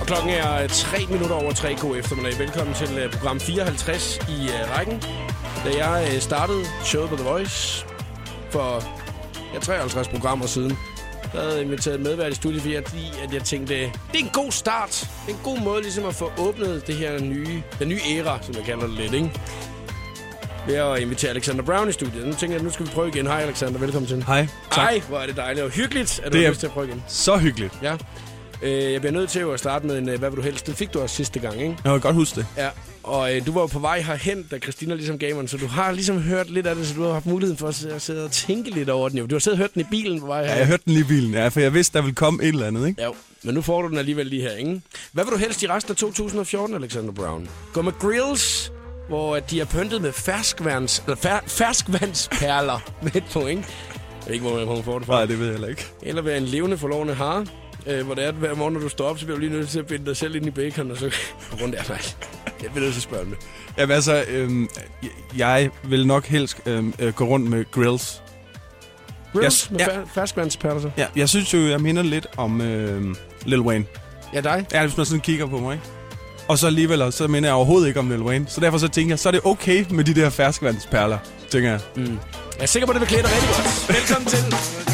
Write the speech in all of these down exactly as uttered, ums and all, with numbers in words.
Klokken er tre minutter over tre god eftermiddag. Velkommen til uh, program fireoghalvtreds i uh, rækken. Da jeg uh, startede showet på The Voice for ja, treoghalvtreds programmer siden, der havde jeg inviteret medvært i studiet, fordi at jeg tænkte, det er en god start. Det er en god måde ligesom at få åbnet det her nye, den nye æra, som jeg kalder det lidt, ikke? Ved at invitere Alexander Brown i studiet. Nu tænker jeg, at nu skal vi prøve igen. Hej Alexander, velkommen til. Hej, tak. Hej, hvor er det dejligt og hyggeligt, at du har lyst til at prøve igen. Så hyggeligt. Ja. Øh, jeg bliver nødt til at starte med en, hvad vil du helst? Den fik du også sidste gang, ikke? Jeg kan godt huske det. Ja, og øh, du var jo på vej herhen, da Christina ligesom gav mig den, så du har ligesom hørt lidt af det, så du har haft muligheden for at sidde og tænke lidt over den. Jo. Du har siddet og hørt den i bilen på vej her. Ja, jeg hørte den i bilen, ja, for jeg vidste, der ville komme et eller andet, ikke? Ja, men nu får du den alligevel lige her, ikke? Hvad vil du helst i resten af to tusind og fjorten, Alexander Brown? Gå med grills, hvor de er pyntet med ferskvands, eller fer, ferskvandsperler med et point. Jeg ved ikke, hvor man får det fra. Nej, det ved jeg heller ikke. Eller være en levende forlovende hare. Øh, hvor det er, at hver morgen, når du står op, så bliver du lige nødt til at binde dig selv ind i bacon, og så på grund af nej. Jeg bliver nødt til at spørge om det. Jamen altså, øhm, jeg vil nok helst øhm, øh, gå rundt med grills. Grills Jeg, med ja. fer- ferskvandsperler så? Ja, jeg synes jo, jeg minder lidt om øhm, Lil Wayne. Ja, dig? Ja, hvis man sådan kigger på mig, ikke? Og så alligevel, så minder jeg overhovedet ikke om Lil Wayne. Så derfor så tænker jeg, så er det okay med de der ferskvandsperler, tænker jeg. Mm. Jeg er sikker på, at det vil klæde dig rigtig godt. Velkommen til.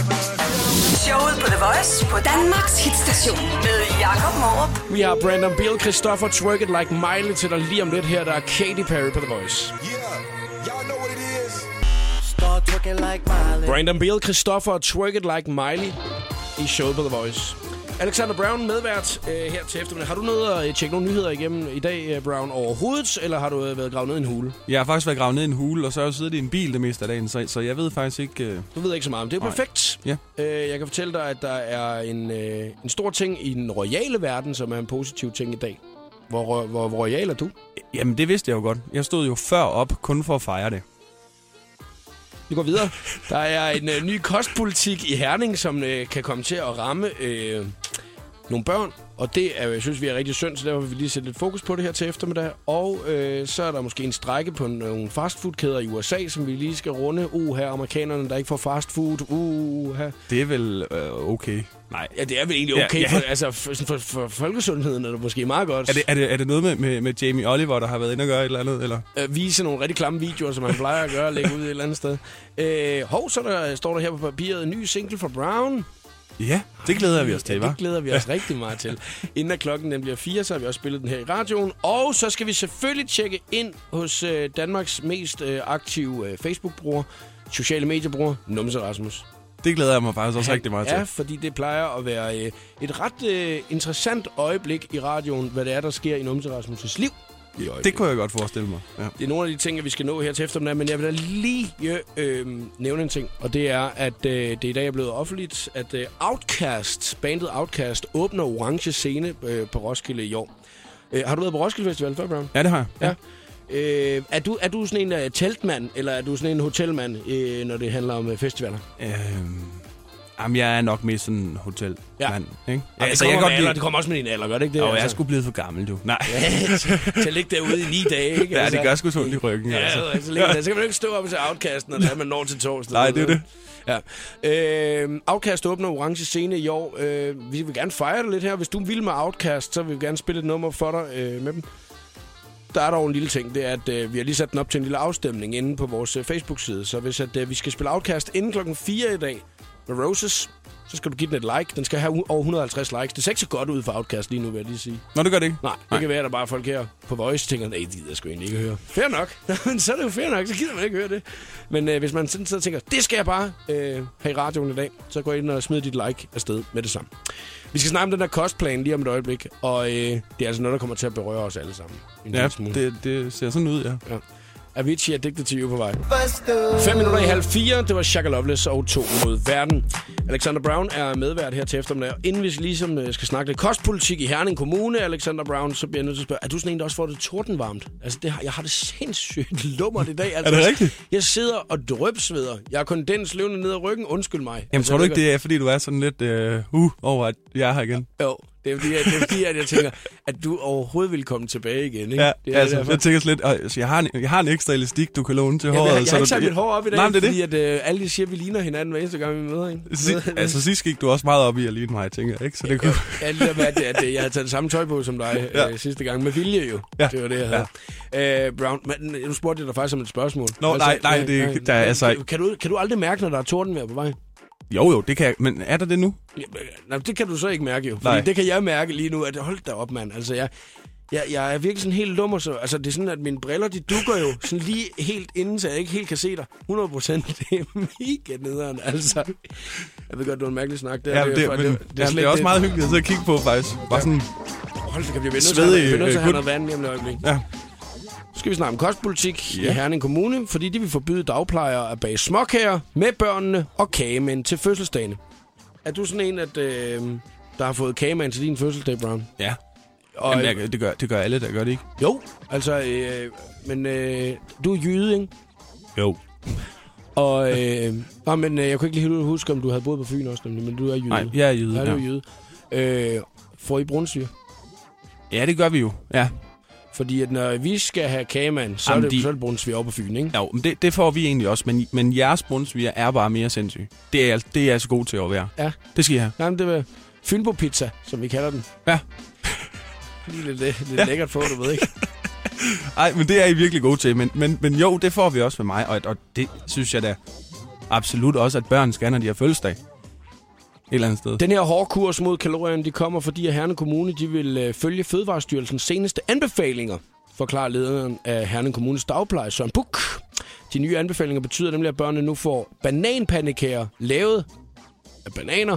Showet på The Voice på Danmarks hitstation med Jakob Morup. Vi har Brandon Beal, Christoffer, Twerk It Like Miley til dig lige om lidt her. Der er Katy Perry på The Voice. Yeah, y'all know what it is. Start twerking like Miley. Brandon Beal, Christoffer og Twerk It Like Miley i showet på The Voice. Alexander Brown, medvært øh, her til eftermiddag. Har du noget at øh, tjekke nogle nyheder igennem i dag, øh, Brown, overhovedet? Eller har du øh, været gravet ned i en hule? Jeg har faktisk været gravet ned i en hule, og så har jeg siddet i en bil det meste af dagen, så, så jeg ved faktisk ikke... Øh... Du ved ikke så meget om det. Det er Nej. perfekt. Ja. Øh, jeg kan fortælle dig, at der er en, øh, en stor ting i den royale verden, som er en positiv ting i dag. Hvor, hvor, hvor royal er du? Jamen, det vidste jeg jo godt. Jeg stod jo før op, kun for at fejre det. Vi går videre. Der er en øh, ny kostpolitik i Herning, som øh, kan komme til at ramme øh, nogle børn. Og det er, jeg synes, vi er rigtig synd, så derfor vil vi lige sætte lidt fokus på det her til eftermiddag. Og øh, så er der måske en strække på nogle fastfoodkæder i U S A, som vi lige skal runde. Uh, her amerikanerne, der ikke får fastfood. Uh, her. Det er vel øh, okay. Nej. Ja, det er vel egentlig okay. Ja, ja. For, altså, for, for, for folkesundheden er det måske meget godt. Er det, er det, er det noget med, med, med Jamie Oliver, der har været inde og gøre et eller andet? Eller? Øh, vise nogle rigtig klamme videoer, som han plejer at gøre, og lægge ud et eller andet sted. Øh, hov, så der, står der her på papiret en ny single fra Brown. Ja, det glæder vi os til, hva'? Ja, det glæder vi os rigtig meget til. Inden at klokken den bliver fire, så har vi også spillet den her i radioen. Og så skal vi selvfølgelig tjekke ind hos øh, Danmarks mest øh, aktive øh, Facebook-bruger, sociale mediebruger, Numse Rasmus. Det glæder jeg mig faktisk også Han, rigtig meget til. Ja, fordi det plejer at være øh, et ret øh, interessant øjeblik i radioen, hvad det er, der sker i Numse Rasmus' liv. Det kunne jeg godt forestille mig. Ja. Det er nogle af de ting, vi skal nå her til eftermiddag, men jeg vil da lige øh, nævne en ting, og det er, at øh, det i dag er blevet offentligt, at øh, Outkast, bandet Outkast, åbner Orange Scene øh, på Roskilde i år. Øh, har du været på Roskilde Festival før, Brown? Ja, det har jeg. Ja. Øh, er, du, er du sådan en uh, teltmand, eller er du sådan en hotelmand, øh, når det handler om uh, festivaler? Øhm, jamen, jeg er nok mere sådan en hotelmand, Ja. ikke? Ja, Ja, det, så kommer jeg godt alder, lide... det kommer også med din alder, gør det ikke det? Og jeg er altså? sgu blevet for gammel, du. Nej. Ja, til at ligge derude i ni dage, ikke? Ja, det gør sgu så ondt i ryggen, Ja, altså. altså, ligge der. Så kan man jo ikke stå op og se Outkast, når det er, man når til torsdag. Nej, det er det. Ja. Øh, Outkast åbner Orange Scene i år. Øh, vi vil gerne fejre det lidt her. Hvis du vil med Outkast, så vil vi gerne spille et nummer for dig øh, med dem. Der er dog en lille ting, det er, at øh, vi har lige sat den op til en lille afstemning inde på vores øh, Facebook-side. Så hvis at, øh, vi skal spille Outkast inden klokken fire i dag med Roses, så skal du give den et like. Den skal have over et hundrede og halvtreds likes. Det ser ikke så godt ud for Outkast lige nu, vil jeg lige sige. Nå, det gør det ikke. Nej, det Nej. kan være, at der bare er folk her på Voice, tænker, nej, det gider jeg sgu egentlig ikke høre. Fair nok. Men så er det jo fair nok, så gider man ikke høre det. Men øh, hvis man sådan sidder og tænker, det skal jeg bare øh, have i radioen i dag, så gå ind og smid dit like afsted med det samme. Vi skal snakke om den der kostplan lige om et øjeblik, og øh, det er altså noget, der kommer til at berøre os alle sammen. En Ja, lille smule. det, det ser sådan ud, ja. Ja. Avicii, Addicted to You på vej. Fem minutter i halv fire, det var Shaka Loveless og to mod verden. Alexander Brown er medvært her til eftermiddag. Inden vi ligesom skal snakke lidt kostpolitik i Herning Kommune, Alexander Brown, så bliver jeg nødt til at spørge, er du sådan en, der også får det tordenvarmt? Altså, det har, jeg har det sindssygt lummert i dag. Altså, Er det rigtigt? Jeg sidder og drøbsveder. Jeg har kondens løbende ned ad ryggen. Undskyld mig. Jamen, altså, tror du jeg ikke, det er, fordi du er sådan lidt uh, uh over, at jeg er her igen? Jo, Det er fordi, at, det er fordi, at jeg tænker, at du overhovedet vil komme tilbage igen, ikke? Ja, det er altså, derfor. jeg tænker slet, altså, jeg har, en, jeg har en ekstra elastik, du kan låne til Ja, håret. jeg, jeg så har ikke du, sat mit hår op i dag, nej, det fordi at, øh, alle de siger, at vi ligner hinanden hver eneste gang, vi møder, ikke? Sidst, altså sidst gik du også meget op i at ligne mig, tænker jeg, ikke? Så det kunne... Ja, det der med, at, at jeg havde taget det samme tøj på som dig Ja. øh, sidste gang. Med vilje jo. Ja. Det var det, jeg havde. Ja. Øh, Brown, men nu spurgte jeg dig faktisk om et spørgsmål. Nå, nej, nej, det- der er altså- Kan, kan, du, kan du aldrig mærke, når der er tordenvejr på vej? Jo, jo, det kan jeg, men er der det nu? Ja, nej, det kan du så ikke mærke jo. Fordi Nej. det kan jeg mærke lige nu, at hold da op, mand. Altså, jeg, jeg, jeg er virkelig sådan helt lummer, så altså, det er sådan, at mine briller, de dukker jo sådan lige helt inden, så jeg ikke helt kan se dig. hundrede procent, det er mega nederen, altså. Jeg ved godt, du er en mærkelig snak. Det, Ja, er, det, det, men, det, det, det, det, er, slet det er også ikke- meget hyggeligt at sidde og kigge på, faktisk. Bare sådan, Hold da, kan vi nødt til at svedig, have- vi er nødt til at have øh, noget vand hjemme et øjeblik. ja. Så skal vi snakke om kostpolitik Ja. i Herning Kommune, fordi de vil forbyde dagplejere at bage småkager med børnene og kagemænd til fødselsdagene. Er du sådan en, at, øh, der har fået kagemand til din fødselsdag, Brown? Ja. Og, Jamen, jeg, det, gør, det gør alle, der gør det ikke. Jo, altså, øh, men øh, du er jyde, ikke? Jo. Og, øh, nå, men øh, jeg kunne ikke lige huske, om du havde boet på Fyn også, nemlig, men du er jyde. Nej, jeg er jyde. Ja, du er Ja. jyde. Øh, får I brunsviger? ja, det gør vi jo. Ja. Fordi at når vi skal have kagemand, så Jamen, er det, de- så er det brunsviger over på Fyn, ikke? Jo, men det, det får vi egentlig også, men, men jeres brunsviger er bare mere sindssyge. Det er, det er jeg så god til at være. Ja. Det skal I have. Jamen, det er Fynbo-pizza, som vi kalder den. Ja. Lige lidt, lidt Ja. lækkert på, du ved ikke. Ej, men det er I virkelig gode til. Men, men, men jo, det får vi også med mig, og, og det synes jeg da absolut også, at børn skal, når de har fødselsdag. Et eller andet sted. Den her hårde kurs mod kalorierne, de kommer, fordi at Herning Kommune de vil øh, følge Fødevarestyrelsens seneste anbefalinger, forklarer lederen af Herning Kommunes dagpleje, Søren Buk. De nye anbefalinger betyder nemlig, at børnene nu får bananpandekager lavet af bananer.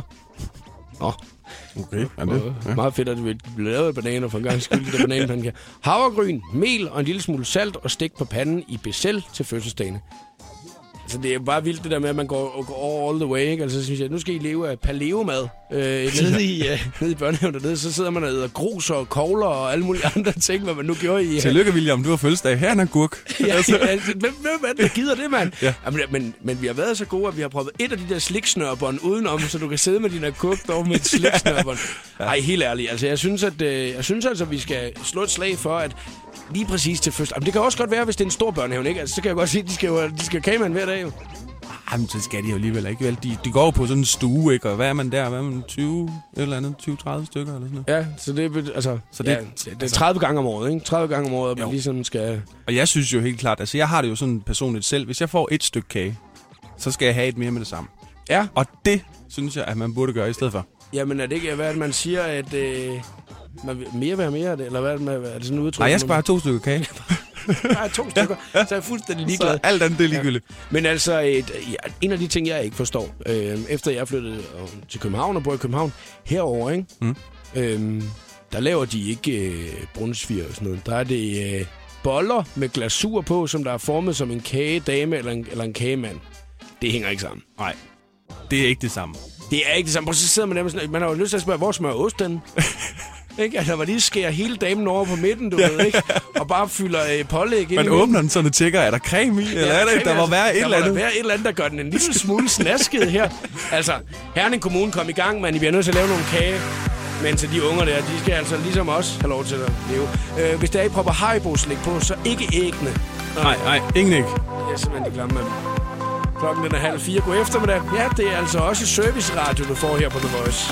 Nå, Okay. Er det? ja. Meget fedt, at det bliver lavet af bananer for en gang skyld, det bananpandekager. Havregryn, mel og en lille smule salt og stik på panden i becel til fødselsdagene. Altså, det er bare vildt det der med, at man går, går all the way, ikke? Altså, så synes jeg, nu skal I leve af paleo-mad øh, nede, i, øh, nede i børnehaven dernede. Så sidder man og æder grus og kogler og alle mulige andre ting, hvad man nu gjorde i... Tillykke, William. Du har fødselsdag. Her er en agurk. Ja, ja, altså, hvem, hvem er det, der gider det, mand? Ja. Jamen, men, men vi har været så gode, at vi har prøvet et af de der sliksnørbånd udenom, så du kan sidde med din agurk dog med et sliksnørbånd. Ja. Ej, helt ærligt. Altså, jeg synes, at, øh, jeg synes altså, at vi skal slå et slag for, at lige præcis til først... Jamen, det kan også godt være, hvis det er en stor børnehave, ikke? Altså, så kan jeg godt sige, at de skal jo de skal kagemand hver dag, jo. Jamen, så skal de jo alligevel ikke. Vel? De, de går jo på sådan en stue, ikke? Og hvad er man der? Hvad er man? tyve, et eller andet? tyve tredive stykker eller sådan noget? Ja, så det, er, altså, Så så det- det, ja, det er tredive gange om året, ikke? tredive gange om året, at man Jo. ligesom skal... Og jeg synes jo helt klart, altså jeg har det jo sådan personligt selv. Hvis jeg får et stykke kage, så skal jeg have et mere med det samme. Ja, Og det synes jeg, at man burde gøre i stedet for. jamen er det ikke, hvad er det, man siger, at øh, man vil mere være mere af det, eller hvad er det, man, er det sådan en udtryk? Nej, jeg skal bare have to stykker kage. Nej, to stykker, så er jeg fuldstændig ligeglad. Så alt andet, det er ligegyldigt. Men altså, et, ja, en af de ting, jeg ikke forstår, øh, efter jeg flyttede øh, til København og bor i København, herover, ikke? Mm. Øh, der laver de ikke øh, brunsviger og sådan noget. Der er det øh, boller med glasur på, som der er formet som en kagedame eller en, eller en kagemand. Det hænger ikke sammen. Nej, det er ikke det samme. Det er ikke det samme. Prøv, så sidder man der med sådan, man har jo lyst til at spørge, hvor smør ost den? Ikke? Altså, hvor lige skærer hele damen over på midten, du ved, ikke? Og bare fylder øh, pålæg ind. Man i åbner den sådan og tjekker, er der creme i? Eller er det, der må være et eller Der må andet? være et eller andet, der gør den en lille smule snasket her. Altså, Herning Kommune kom i gang, men I bliver nødt til at lave nogle kage. Men til de unger der, de skal altså ligesom os have lov til at leve. Øh, hvis der er I propper Haribo-slik på, så ikke æggene. Nej, nej, ingen ikke. Jeg er simpelthen glad med dem. Klokken den er halv fire. God eftermiddag. Ja, det er altså også service-radio, du får her på The Voice.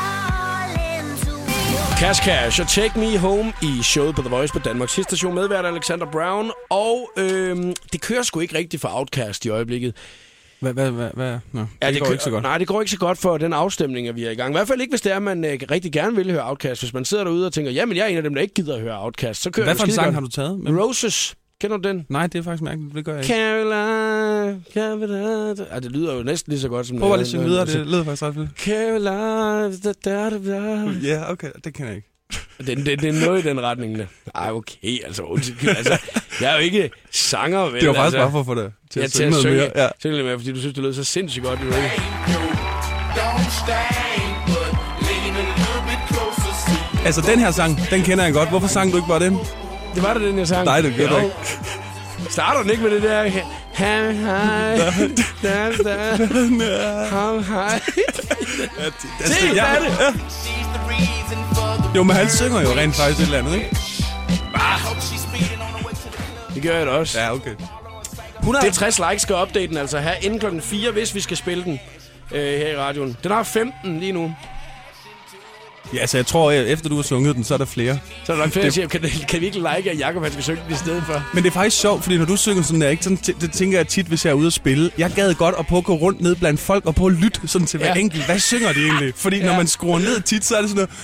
Cash Cash og Take Me Home i showet på The Voice på Danmarks hitstation. Medvært Alexander Brown. Og øhm, det kører sgu ikke rigtigt for Outkast i øjeblikket. Hvad, hvad, hvad, hvad? Nå, det, Ja, det går kø- ikke så godt. Nej, det går ikke så godt for den afstemning, at vi er i gang. I hvert fald ikke, hvis det er, at man øh, rigtig gerne vil høre Outkast. Hvis man sidder derude og tænker, jamen jeg er en af dem, der ikke gider at høre Outkast, så kører Hvad det for en skide sang godt. har du taget? Men... Roses. Kender du den? Nej, det er faktisk mærkeligt. Det gør jeg ikke. Caroline, Caroline. Ja, det lyder jo næsten lige så godt som... Prøv bare lige at synge videre. Det lyder faktisk ret fedt. Caroline, da, da, da, da. Ja, okay. Det kan jeg ikke. Det, det, det er noget i den retning. der. Ej, okay, altså, undskyld, altså. Jeg er jo ikke sanger, vel? Det var faktisk altså. bare for at få det til Ja, at til synge at noget synge, mere. Ja. synge lidt mere, fordi du synes, det lød så sindssygt godt. Du ved. Altså, den her sang, den kender jeg godt. Hvorfor sang du ikke bare den? Det var da den, jeg sang. Nej, det gjorde du ikke. Starter den ikke med det der? Hej, hej, da, da, hej, hej. Altså, Se, hvad er det? Ja. Jo, men han synger jo rent faktisk et eller andet, ikke? Det gør jeg da også. Ja, okay. hundrede og halvtreds likes skal updaten altså have inden klokken fire, hvis vi skal spille den øh, her i radioen. Den har femten lige nu. Ja, altså jeg tror, at efter du har sunget den, så er der flere. Så er der nok flere, der siger, kan, kan vi ikke like, at Jacob han skal synge den i stedet for? Men det er faktisk sjovt, fordi når du synger sådan der, ikke, sådan, t- det tænker jeg tit, hvis jeg er ude at spille. Jeg gad godt at på at gå rundt ned blandt folk og på at lytte sådan til hver Ja. enkelt. Hvad synger de egentlig? Fordi Ja. når man skruer ned tit, så er det sådan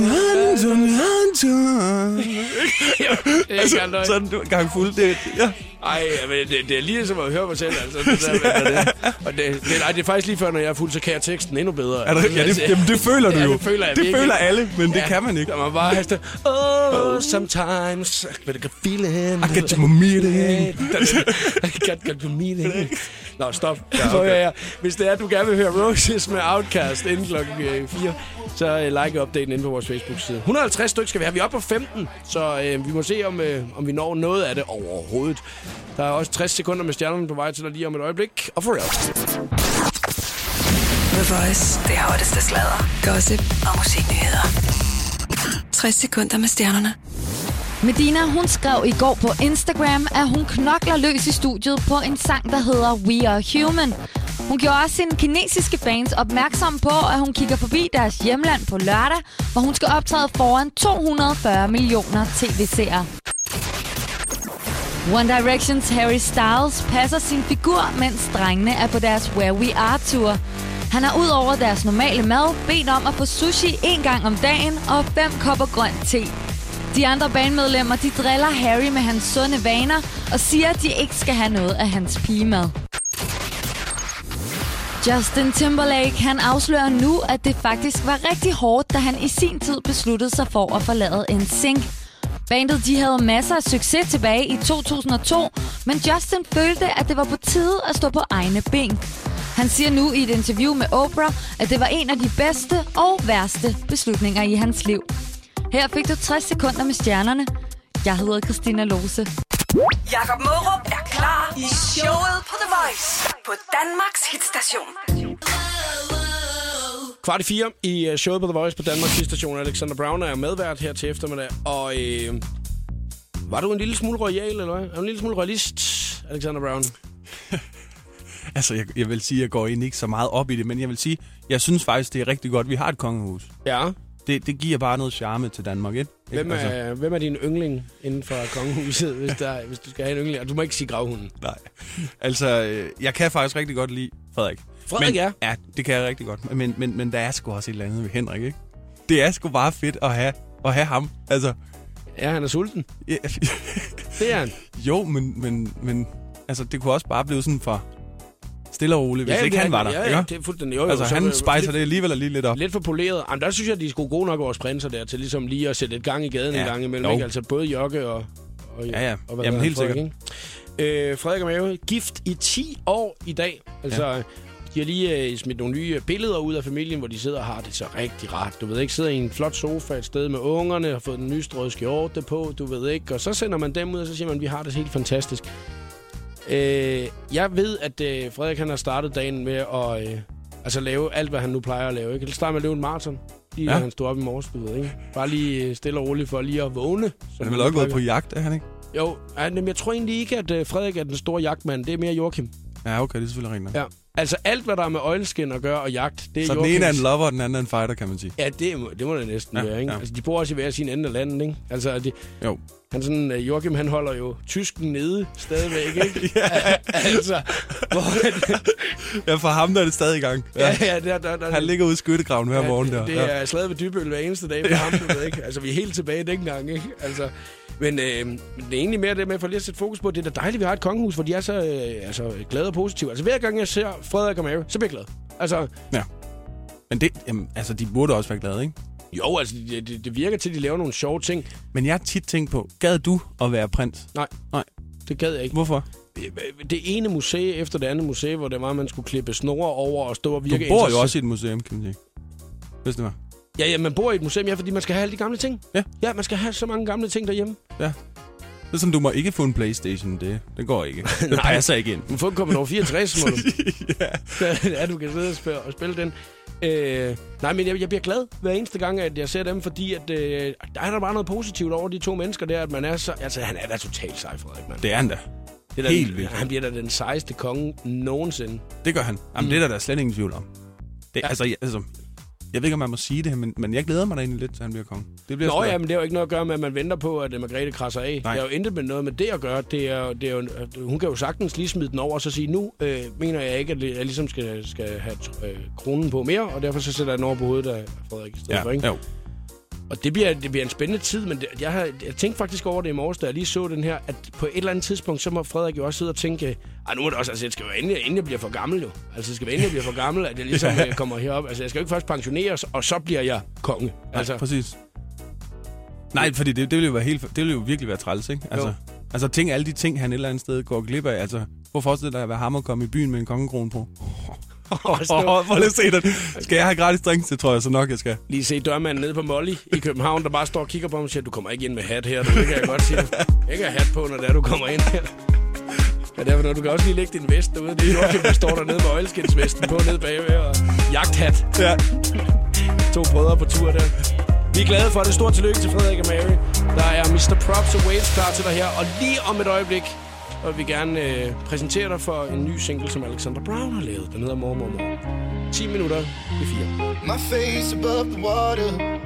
noget... altså, sådan du er gang fuld. Det, ja. Ej, men det, det er lige som at høre mig selv, altså. Det der, hvad det er. Og det, det, nej, det er faktisk lige før, når jeg er fuld, så kan jeg teksten endnu bedre. Er der, ja, det, jamen, det føler du Ja, jo. det føler jeg det virkelig. føler alle, men det Ja. kan man ikke. Så man bare haste, oh, sometimes, but I can feel it. I get to meet it. I got, got to meet it. Nå, stop. Ja, okay. Hvis det er, at du gerne vil høre Roses med Outkast inden klokken fire, så uh, like updaten inde på vores Facebook-side. et hundrede og halvtreds stykker skal vi have. Vi er oppe på femten, så uh, vi må se, om, uh, om vi når noget af det overhovedet. Der er også tres sekunder med stjernerne på vej til dig lige om et øjeblik. Og for real. The Voice. Det hotteste sladder, gossip og musiknyheder. tres sekunder med stjernerne. Medina, hun skrev i går på Instagram, at hun knokler løs i studiet på en sang, der hedder We Are Human. Hun gjorde også sine kinesiske fans opmærksom på, at hun kigger forbi deres hjemland på lørdag, hvor hun skal optræde foran to hundrede og fyrre millioner tv-seere. One Directions Harry Styles passer sin figur, mens drengene er på deres Where We Are-tour. Han har ud over deres normale mad bedt om at få sushi en gang om dagen og fem kopper grøn te. De andre bandmedlemmer, de driller Harry med hans sunde vaner og siger, at de ikke skal have noget af hans pigemad. Justin Timberlake, han afslører nu, at det faktisk var rigtig hårdt, da han i sin tid besluttede sig for at forlade N Sync. Bandet, de havde masser af succes tilbage i to tusind og to, men Justin følte, at det var på tide at stå på egne ben. Han siger nu i et interview med Oprah, at det var en af de bedste og værste beslutninger i hans liv. Her fik du tres sekunder med stjernerne. Jeg hedder Christina Lose. Jakob Mårup er klar i showet på The Voice på Danmarks hitstation. Kvart i fire i uh, showet på The Voice på Danmarks station. Alexander Brown er medvært her til eftermiddag. Og øh, var du en lille smule royal, eller hvad? Er du en lille smule royalist, Alexander Brown? Altså, jeg, jeg vil sige, at jeg går egentlig ikke så meget op i det, men jeg vil sige, jeg synes faktisk, det er rigtig godt, vi har et kongehus. Ja. Det, det giver bare noget charme til Danmark, ikke? Hvem er, altså. hvem er din yndling inden for kongehuset, hvis, der, hvis du skal have en yndling? Og du må ikke sige gravhunden. Nej. Altså, øh, jeg kan faktisk rigtig godt lide Frederik. Frederik, men, ja. Ja, det kan jeg rigtig godt. Men, men, men der er sgu også et eller andet ved Henrik, ikke? Det er sgu bare fedt at have, at have ham. Altså, Ja, han er sulten. ja, Det er han. jo, men, men, men altså, det kunne også bare blive sådan for stille og roligt, hvis ja, ikke han var der. Ja, ikke? ja, det er fuldstændig. Jo, jo, Altså, så han er det spejser lidt, det alligevel lige lidt op. lidt for poleret. Jamen, der synes jeg, at de er sgu gode nok, vores prinser der, til ligesom lige at sætte et gang i gaden Ja, en gang imellem. jo. Ikke? Altså både Jokke og... og Ja, ja. Og hvad Jamen, hedder helt han, sikkert. Frederik, ikke? Øh, Frederik og Mave, gift i ti år i dag. Altså, ja. De har lige øh, smidt nogle nye billeder ud af familien, hvor de sidder og har det så rigtig rart. Du ved ikke, sidder i en flot sofa et sted med ungerne, har fået den nye strøde skjorte på, du ved ikke. Og så sender man dem ud, og så siger man, vi har det helt fantastisk. Øh, jeg ved, at øh, Frederik han har startet dagen med at øh, altså lave alt, hvad han nu plejer at lave. Ikke? Starte med at løbe en maraton, lige ja. Ja. han stod op i morges, du ved ikke. Bare lige øh, stille og roligt for lige at vågne. Han er vel også gået på jagt, er han ikke? Jo, men jeg tror egentlig ikke, at øh, Frederik er den store jagtmand. Det er mere Joachim. Ja, okay, det er selvfølgelig rigtigt. Ja. Altså alt, hvad der er med øjelskin at gøre og jagt, det er Så den Joachims. ene er en lover, og den anden er en fighter, kan man sige. Ja, det må det, må det næsten Ja, være, ikke? ja. Altså, de bor også i hver sin ende af landet, ikke? Altså, de, Jo. han sådan, uh, Joachim, han holder jo tysken nede stadigvæk, ikke? ja. Altså, hvor... Ja, for ham der er det stadig i gang. ja, ja, der, der, der, Han ligger ude i skyttegraven hver ja, morgen der. Det, det er slaget ved Dybøl hver eneste dag for ham, du ved ikke? Altså, vi er helt tilbage dengang, ikke? Altså... Men øh, det er egentlig mere det med for lige at sætte fokus på, det er da dejligt, vi har et kongehus, hvor de er så øh, altså, glade og positive. Altså hver gang jeg ser Frederik og Mary, så bliver jeg glad. Altså, Ja. Men det, jamen, altså, de burde også være glade, ikke? jo, altså det, det, det virker til, at de laver nogle sjove ting. Men jeg har tit tænkt på, gad du at være prins? Nej, Nej. det gad jeg ikke. Hvorfor? Det ene museum efter det andet museum, hvor det var, at man skulle klippe snore over og stå og Du virke... bor jo interessant. også i et museum, kan man sige. Hvis det var. Ja, ja, man bor i et museum, ja, fordi man skal have alle de gamle ting. Ja. Ja, man skal have så mange gamle ting derhjemme. Ja. Det er sådan, du må ikke få en PlayStation. Det, det går ikke. Det Nej. passer ikke ind. Du får komme over fireogtres, må du. ja. Ja, du kan sidde og spille, og spille den. Øh, nej, men jeg, jeg bliver glad hver eneste gang, at jeg ser dem, fordi at, øh, der er der bare noget positivt over de to mennesker der, at man er så... Altså, han er da totalt sej, Frederik, mand. Det er han da. Det er Helt den, vildt. Han bliver da den sejeste konge nogensinde. Det gør han. Jamen, mm. det er der, der er slet ingen tvivl om. Det, ja. altså, jeg, altså, jeg ved ikke, om man må sige det, men, men jeg glæder mig da egentlig lidt, til han bliver konge. Det bliver Nå ja, men det har jo ikke noget at gøre med, at man venter på, at Margrethe krasser af. Nej. Det har jo intet med noget med det at gøre. Det er, det er jo, hun kan jo sagtens lige smide den over og så sige, nu øh, mener jeg ikke, at jeg ligesom skal, skal have øh, kronen på mere, og derfor så sætter jeg den over på hovedet af Frederik i stedet ja. for, ikke? Jo. Og det bliver, det bliver en spændende tid, men det, jeg har jeg tænkte faktisk over det i morges, da jeg lige så den her, at på et eller andet tidspunkt, så må Frederik jo også sidde og tænke, ej, nu er det også, altså, jeg skal jo endelig, inden jeg bliver for gammel jo. Altså, jeg skal være, inden jeg bliver for gammel, at jeg ligesom ja. kommer herop. Altså, jeg skal jo ikke først pensioneres, og så bliver jeg konge. Altså. Ja, præcis. Nej, fordi det, det ville jo være helt, det ville jo virkelig være træls, ikke? Altså, altså tænk alle de ting, han et eller andet sted går glip af. Altså, hvor forestiller dig at være ham og komme i byen med en kongekrone på? Åh, oh, prøv lige at se det. Skal jeg have gratis drinks? Det tror jeg så nok, jeg skal. Lige se dørmanden nede på Molly i København, der bare står og kigger på ham og siger, du kommer ikke ind med hat her. Det kan jeg godt sige. Ikke have hat på, når det er, du kommer ind her. Ja, derfor, når du kan også lige lægge din vest derude. Det er Joachim, der står dernede med oilskinsvesten på nede bagved og jagthat. Ja. To brødre på tur der. Vi er glade for det. Stort tillykke til Frederik og Mary. Der er mister Props og Waves klar til dig her. Og lige om et øjeblik, og vi gerne øh, præsentere dig for en ny single, som Alexander Brown har lavet. Den hedder Mor, Mor, Mor. ti minutter i fire. My face above the water.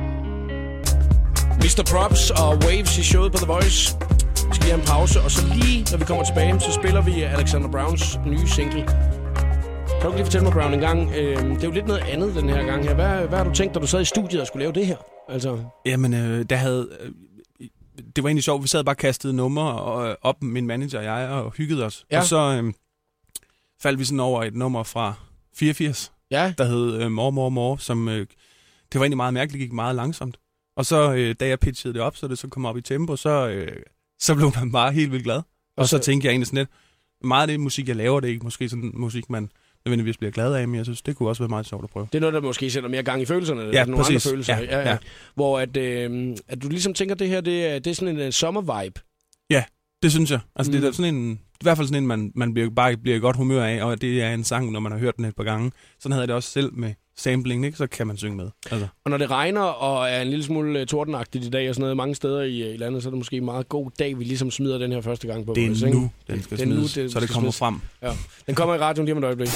mister Props og Waves i showet på The Voice. Vi skal lige have en pause, og så lige, når vi kommer tilbage, så spiller vi Alexander Browns nye single. Kan du lige fortælle mig, Brown, en gang? Øh, det er jo lidt noget andet den her gang her. Hvad, hvad har du tænkt, da du sad i studiet og skulle lave det her? Altså... Jamen, øh, der havde... Øh, det var egentlig sjovt. Vi sad bare og kastede numre og, op, min manager og jeg, og hyggede os. Ja. Og så øh, faldt vi sådan over et nummer fra fireogfirs, ja. Der hed øh, Mor, Mor, Mor, som... Øh, det var egentlig meget mærkeligt, gik meget langsomt. Og så, øh, da jeg pitchede det op, så det så kom op i tempo, så, øh, så blev man bare helt vildt glad. Og, og så, så tænkte jeg egentlig sådan lidt, meget af det musik, jeg laver, det er ikke måske sådan musik, man nødvendigvis bliver glad af, men jeg synes, det kunne også være meget sjovt at prøve. Det er noget, der måske sætter mere gang i følelserne, ja, nogle præcis. andre følelser. Ja, ja, ja. Hvor at, øh, at du ligesom tænker, det her, det er, det er sådan en, en sommer-vibe. Ja, det synes jeg. Altså, mm. det er sådan en, i hvert fald sådan en, man, man bliver, bare bliver i godt humør af, og det er en sang, når man har hørt den et par gange. Sådan havde jeg det også selv med sampling, ikke? Så kan man synge med. Altså. Og når det regner og er en lille smule tordenagtigt i dag og sådan noget mange steder i, i landet, så er det måske en meget god dag, vi ligesom smider den her første gang på. Det er vores, nu, ikke? den skal det, smides, nu, det, så det kommer smides. frem. Ja. Den kommer i radioen lige om et øjeblik.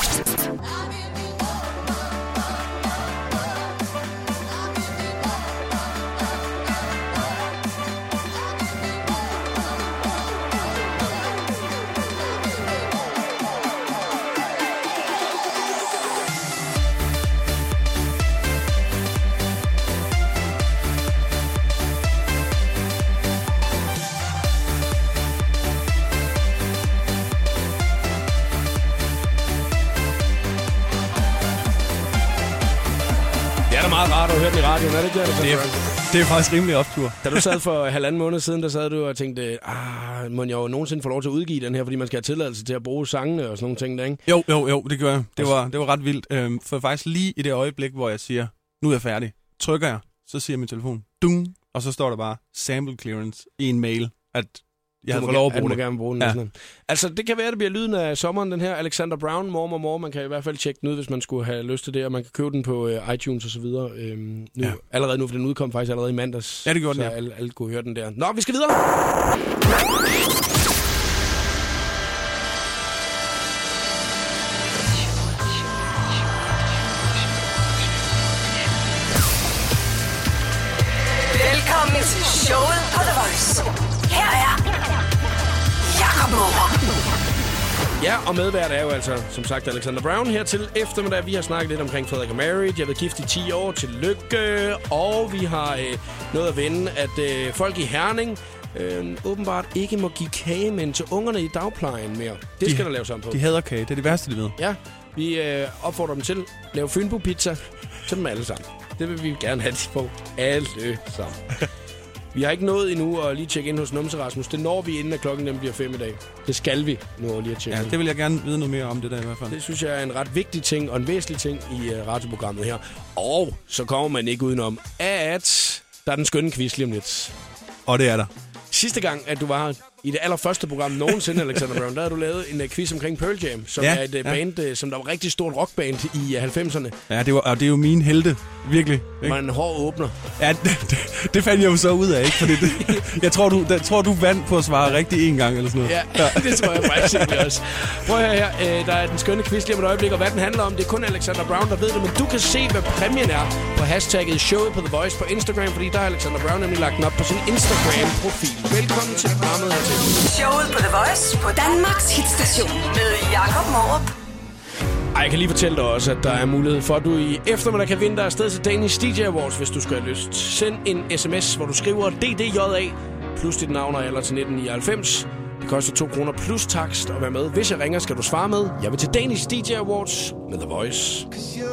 Meget rart at høre den i radioen, er det ikke det? Det er, det er faktisk rimelig optur. Da du sad for halvanden måned siden, der sad du og tænkte, ah, må jeg jo nogensinde få lov til at udgive den her, fordi man skal have tilladelse til at bruge sangene og sådan nogle ting der, ikke? Jo, jo, jo, det gør jeg. Det var, det var ret vildt. Øhm, for faktisk lige i det øjeblik, hvor jeg siger, nu er jeg færdig, trykker jeg, så siger min telefon, dung, og så står der bare sample clearance i en mail, at jeg har fået lov at bruge det. Gerne bruge den. Ja. Sådan. Altså, det kan være, det bliver lyden af sommeren, den her Alexander Brown, Mor, Mor, Mor. Man kan i hvert fald tjekke den ud, hvis man skulle have lyst til det, og man kan købe den på uh, iTunes og så videre. Øhm, nu, ja. Allerede nu, for den udkom faktisk allerede i mandags. Ja, det gjorde den, ja. Så alle, alle kunne høre den der. Nå, vi skal videre! Velkommen til showet på The Voice. Her er Jakob Morup. Ja, og medvært er jo altså, som sagt, Alexander Brown her til eftermiddag. Vi har snakket lidt omkring Frederik og Mary. De har været gift i ti år. Tillykke. Og vi har øh, noget at vende, at øh, folk i Herning øh, åbenbart ikke må give kagemænd til ungerne i dagplejen mere. Det skal de, der laves om på. De hader kage. Det er det værste, de ved. Ja, vi øh, opfordrer dem til at lave Fynbo-pizza til dem alle sammen. Det vil vi gerne have på alle sammen. Vi har ikke nået endnu at lige tjekke ind hos Numse Rasmus. Det når vi, inden at klokken den bliver fem i dag. Det skal vi nu lige at tjekke. Ja, det vil jeg gerne vide noget mere om det der i hvert fald. Det synes jeg er en ret vigtig ting og en væsentlig ting i uh, radioprogrammet her. Og så kommer man ikke udenom, at der er den skønne quiz lige om lidt. Og det er der. Sidste gang, at du var her, i det allerførste program nogensinde, Alexander Brown, der havde du lavet en uh, quiz omkring Pearl Jam, som ja, er et uh, band, ja. uh, som der var rigtig stort rockband i uh, halvfemserne. Ja, det var, og det er jo mine helte, virkelig. Det var en hård åbner. Ja, det, det, det fandt jeg jo så ud af, ikke? Fordi det, jeg tror, du, der, tror, du vandt på at svare rigtig en gang, eller sådan noget. Ja, ja. Det tror jeg faktisk egentlig også. Prøv at høre her, uh, der er den skønne quiz lige om et øjeblik, og hvad den handler om, det er kun Alexander Brown, der ved det, men du kan se, hvad præmien er på hashtagget showet på The Voice på Instagram, fordi der har Alexander Brown nemlig lagt den op på sin Instagram-profil. Velkommen til programmet hertil. Showet på The Voice på Danmarks hitstation med Jakob Morup. Ej, jeg kan lige fortælle dig også, at der er mulighed for, at du i eftermiddag kan vinde dig afsted til Danish D J Awards, hvis du skal have lyst. Send en sms, hvor du skriver D D J A plus dit navn og alder til nitten nioghalvfems. Det koster to kroner plus takst at være med. Hvis jeg ringer, skal du svare med. Jeg vil til Danish D J Awards med The Voice.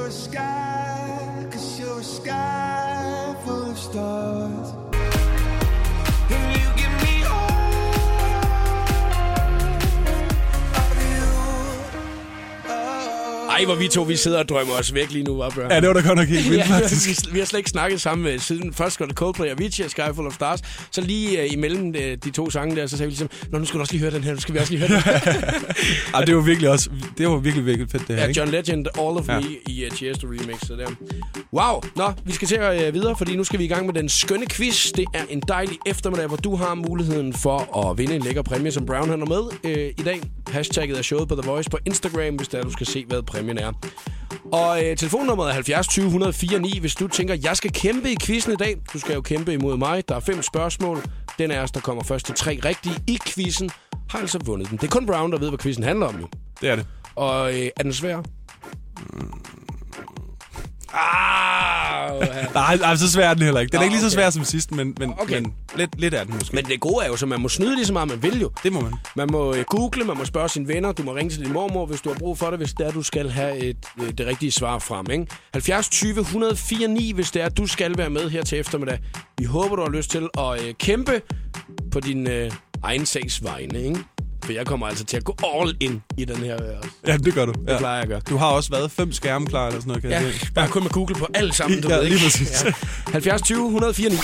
Ej, hvor vi to, vi sidder og drømmer os væk lige nu, var Brown. Ja, det var da godt nok helt vildt, faktisk. Ja, vi har slet ikke snakket sammen med siden. Først går det Coldplay og Avicii og Sky Full of Stars. Så lige uh, imellem uh, de to sange der, så sagde vi ligesom, nå, nu skal du også lige høre den her, nu skal vi også lige høre den her. Ej, det var virkelig også, det var virkelig, virkelig fedt, det her, ja, ikke? John Legend, All of ja. Me i uh, Tiesto remix. Så der. Wow, nå, vi skal til uh, videre, fordi nu skal vi i gang med den skønne quiz. Det er en dejlig eftermiddag, hvor du har muligheden for at vinde en lækker præmie, som Brown han er med uh, i dag. Hashtagget er showet på The Voice på Instagram, hvis der du skal se, hvad præmien er. Og øh, telefonnummeret er halvfjerds tyve et nul fire ni, hvis du tænker, jeg skal kæmpe i quizzen i dag. Du skal jo kæmpe imod mig. Der er fem spørgsmål. Den af os, der kommer først til tre rigtige i quizzen, har altså vundet den. Det er kun Brown, der ved, hvad quizzen handler om jo. Det er det. Og øh, er den svær? Mm. Ah, ja. Nej, nej, så svær er den heller ikke. Den er Nå, ikke lige så svær okay. som sidst, men, men, okay. men lidt, lidt er den måske. Men det gode er jo, så man må snyde lige så meget, man vil jo. Det må man. Man må øh, google, man må spørge sine venner, du må ringe til din mormor, hvis du har brug for det, hvis det er, du skal have et, øh, det rigtige svar frem, ikke? halvfjerds tyve et nul fire ni, hvis det er, du skal være med her til eftermiddag. Vi håber, du har lyst til at øh, kæmpe på din øh, egen sags vegne, ikke? For jeg kommer altså til at gå all in i den her. Altså. Ja, det gør du. Det ja. plejer jeg at gøre. Du har også været fem skærme klar eller sådan noget, kan ja, jeg sige. bare kun med Google på alle sammen, du ja, ved ikke. Lige præcis. Ja. halvfjerds tyve et nul fire ni.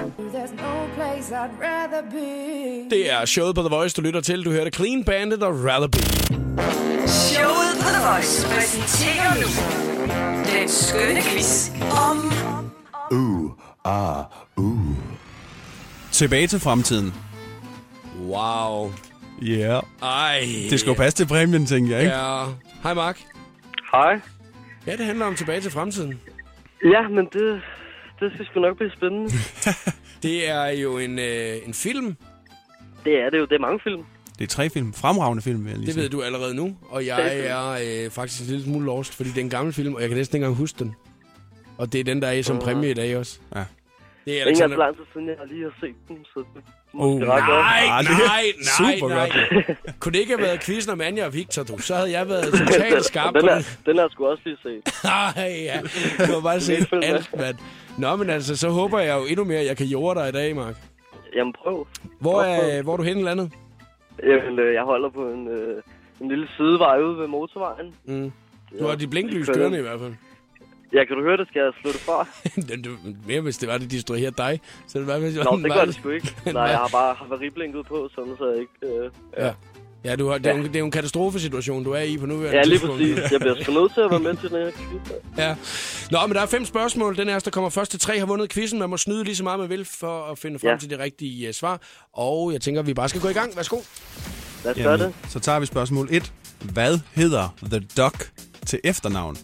Det er showet på The Voice, du lytter til. Du hørte Clean Bandit og Rather Be. Showet på The Voice præsenterer nu den skønne quiz om... Ooh, ah, ooh. Tilbage til fremtiden. Wow. Ja. Yeah. Ej. Det skal jo passe til præmien, tænker jeg, ikke? Ja. Hej, Mark. Hej. Ja, det handler om tilbage til fremtiden. Ja, men det, det skal sgu nok blive spændende. Det er jo en, øh, en film. Det er det jo. Det er mange film. Det er tre film. Fremragende film, vil jeg lige Det sige. ved du allerede nu. Og jeg er øh, faktisk en lille smule lost, fordi det er en gammel film, og jeg kan næsten ikke engang huske den. Og det er den, der er i som uh. præmie i dag også. Ja. Det er det er Alexander... ikke lang tid siden, jeg lige har set den, så det oh, måske nej, ret godt. nej, nej, super nej, nej. Kunne det ikke have været quizzen om Anja og Victor, du? Så havde jeg været totalt skarp den på er, det. Den har jeg sgu også lige set. Nej, ja. Du har bare set alt, mand. Nå, men altså, så håber jeg jo endnu mere, at jeg kan jorde dig i dag, Mark. Jamen, prøv. Hvor er, hvor er du henne landet? Jamen, jeg holder på en, øh, en lille sidevej ude ved motorvejen. Mm. Du har de blinklys kørende i hvert fald. Ja, kan du høre det? Skal jeg slå det fra? Mere hvis det var, det distraherer dig. Så det var, hvis Nå, det gør det sgu ikke. Nej, jeg har bare havariblinket på, sådan så jeg ikke... Øh, ja. ja. Ja, du har, det, er jo, det er jo en katastrofesituation, du er i på nuværende ja, lige tidspunkt. præcis. Jeg bliver sgu nødt til at være med til den her quiz. Ja. Nå, men der er fem spørgsmål. Den er der kommer først til tre, har vundet quizzen. Man må snyde lige så meget, man vil, for at finde frem ja. til det rigtige uh, svar. Og jeg tænker, at vi bare skal gå i gang. Værsgo. Lad os gøre det. Så tager vi spørgsmål et. Hvad hedder The Duck til efternavn?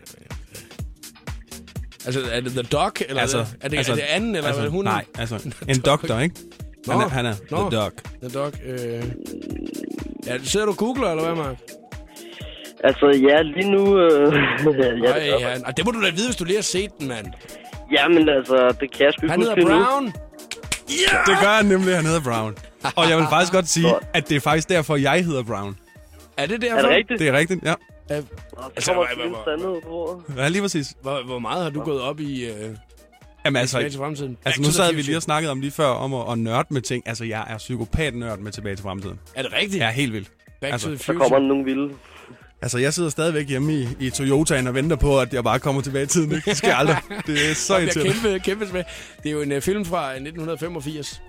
Altså, er det The Duck, eller altså, er, det, er, det, altså, er det anden, eller altså, er det hunden? Nej, altså en doktor, ikke? Han er, han er Nå. The Duck. The Duck. Øh... Ja, sidder du og googler, eller hvad, Mark? Altså, ja, lige nu... Øh... ja, Ej, det, ja. det må du da vide, hvis du lige har set den, mand. Jamen, altså, det kan jeg sgu ikke Han hedder Brown. Ja! Det gør han nemlig, han hedder Brown. Og jeg vil faktisk godt sige, at det er faktisk derfor, jeg hedder Brown. Er det derfor? Er det rigtigt? Det er rigtigt, ja. Uh, altså, kommer til en sandhed på. Ja, lige præcis. Hvor, hvor meget har du gået op i... Uh... Jamen altså, Tilbage til fremtiden. altså nu sad vi lige og snakkede om lige før om at, at nørde med ting. Altså, jeg er psykopat-nørd med Tilbage til fremtiden. Er det rigtigt? Ja, helt vildt. Back altså, to the future. Så kommer der nogle vilde. Altså, jeg sidder stadigvæk hjemme i, i Toyotaen og venter på, at jeg bare kommer tilbage i tiden. Ikke? Det skal jeg aldrig. Det er så irriterende. Kæmpe, kæmpe smag. Det er jo en uh, film fra nitten femogfirs.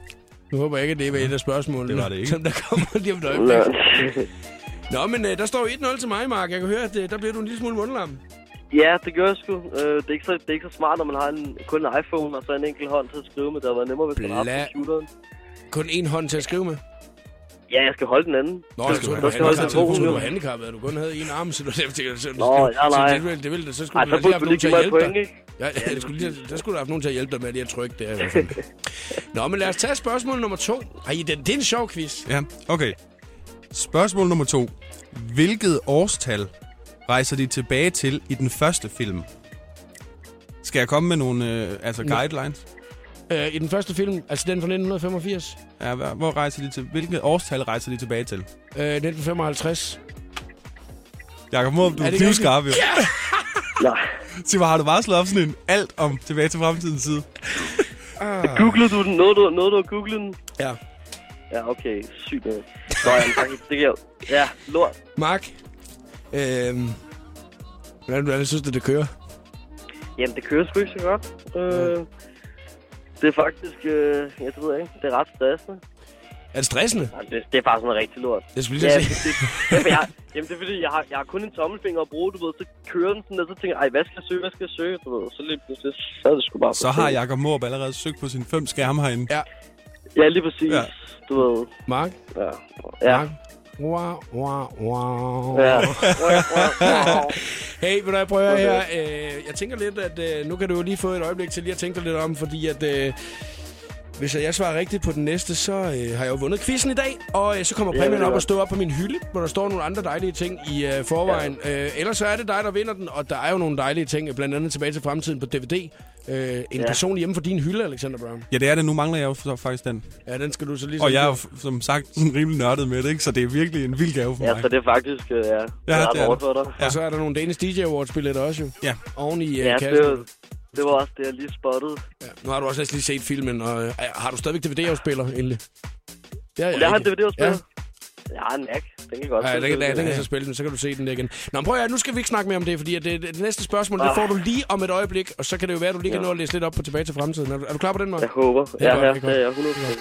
Nu håber jeg ikke, at det er et af spørgsmålene. Det var det ikke. Som der kommer lige om et øjeblik. Nå, men uh, der står et nul til mig, Mark. Jeg kan høre, at uh, der bliver du en lille smule mundlam. Ja, det gør jeg sgu. Uh, det, er ikke så, det er ikke så smart, når man har en, kun en iPhone og så en enkelt hånd til at skrive med. Det har været nemmere, hvis man har haft computeren. Kun én hånd til at skrive med? Ja, jeg skal holde den anden. Nå, jeg tror, du var handicappet, at du kun havde en arm, så du så Nå, ja, nej. Det, det ville det, så skulle Ej, du lige have nogen til at hjælpe point, dig. Ja, ja, det skulle lige, der skulle du have nogen til at hjælpe dig med, at jeg trykke det her. Nå, men lad os tage spørgsmål nummer to. Ej, det, det er en sjov quiz. Ja, okay. Spørgsmål nummer to. Hvilket årstal rejser de tilbage til i den første film? Skal jeg komme med nogle øh, altså guidelines? Øh, I den første film, altså den fra nitten femogfirs. Ja, hvor rejser de til? Hvilket årstal rejser de tilbage til? Øh, nitten femoghalvtreds. Jakob Måb, du er, er pivskarp, jo. Ja! Nej. Sig mig, har du bare slået op sådan en alt om Tilbage til Fremtidens side? Ah. Googlede du den? Noget du, noget, du har googlet den? Ja. Ja, okay. Sygt noget. Nå, jamen, det kan ja, lort. Mark, øh, hvordan, hvordan synes du, det kører? Jamen, det kører sgu ikke så godt. Øh, det er faktisk, øh, jeg ved ikke, det er ret stressende. Er det stressende? Ja, det, det er bare sådan noget rigtig lort. Det skulle lige ja, sige. Det, det, jeg, jamen, det er fordi, jeg har, jeg har kun en tommelfinger at bruge, du ved, så kører den sådan, og så tænker jeg, ej, hvad skal jeg søge, hvad skal jeg søge, du ved, så lige pludselig, så er det sgu bare... Så har Jakob Måb allerede søgt på sine fem skærme herinde. Ja. Ja, lige præcis, ja. Du ved. Mark? Ja. Ja. Mark? Wow, wow, wow. Ja. Hey, vil du prøve her? Jeg tænker lidt, at nu kan du jo lige få et øjeblik til lige at tænke dig lidt om, fordi at... Hvis jeg svarer rigtigt på den næste, så øh, har jeg jo vundet quizzen i dag, og øh, så kommer præmien op og står op på min hylde, hvor der står nogle andre dejlige ting i øh, forvejen. Ja. Øh, ellers så er det dig, der vinder den, og der er jo nogle dejlige ting, blandt andet Tilbage til Fremtiden på D V D. Øh, en ja. person hjemme for din hylde, Alexander Brown. Ja, det er det. Nu mangler jeg jo så faktisk den. Ja, den skal du så lige... Og jeg er jo, som sagt, sådan rimelig nørdet med det, ikke? Så det er virkelig en vild gave for ja, mig. Ja, så det er faktisk... Øh, ja, ja, det er det. For dig. Ja. Og så er der nogle Danish D J Awards-billetter også jo. Ja. Oven i ja, uh, kassen. Det var også det, jeg lige spottede. Ja, nu har du også lige set filmen, og øh, har du stadigvæk D V D-afspiller egentlig? Det har jeg, jeg har en D V D-afspiller. Ja. Jeg har en Mac. Den kan godt ja, spille. Den, den, den kan så spille den, så kan du se den igen. Nå, prøv at nu skal vi ikke snakke mere om det, fordi det, det næste spørgsmål, ah. det får du lige om et øjeblik, og så kan det jo være, at du lige kan ja. nå at læse lidt op på Tilbage til Fremtiden. Er du, er du klar på den, Mark? Jeg håber. Ja, ja, ja, ja, hundrede procent.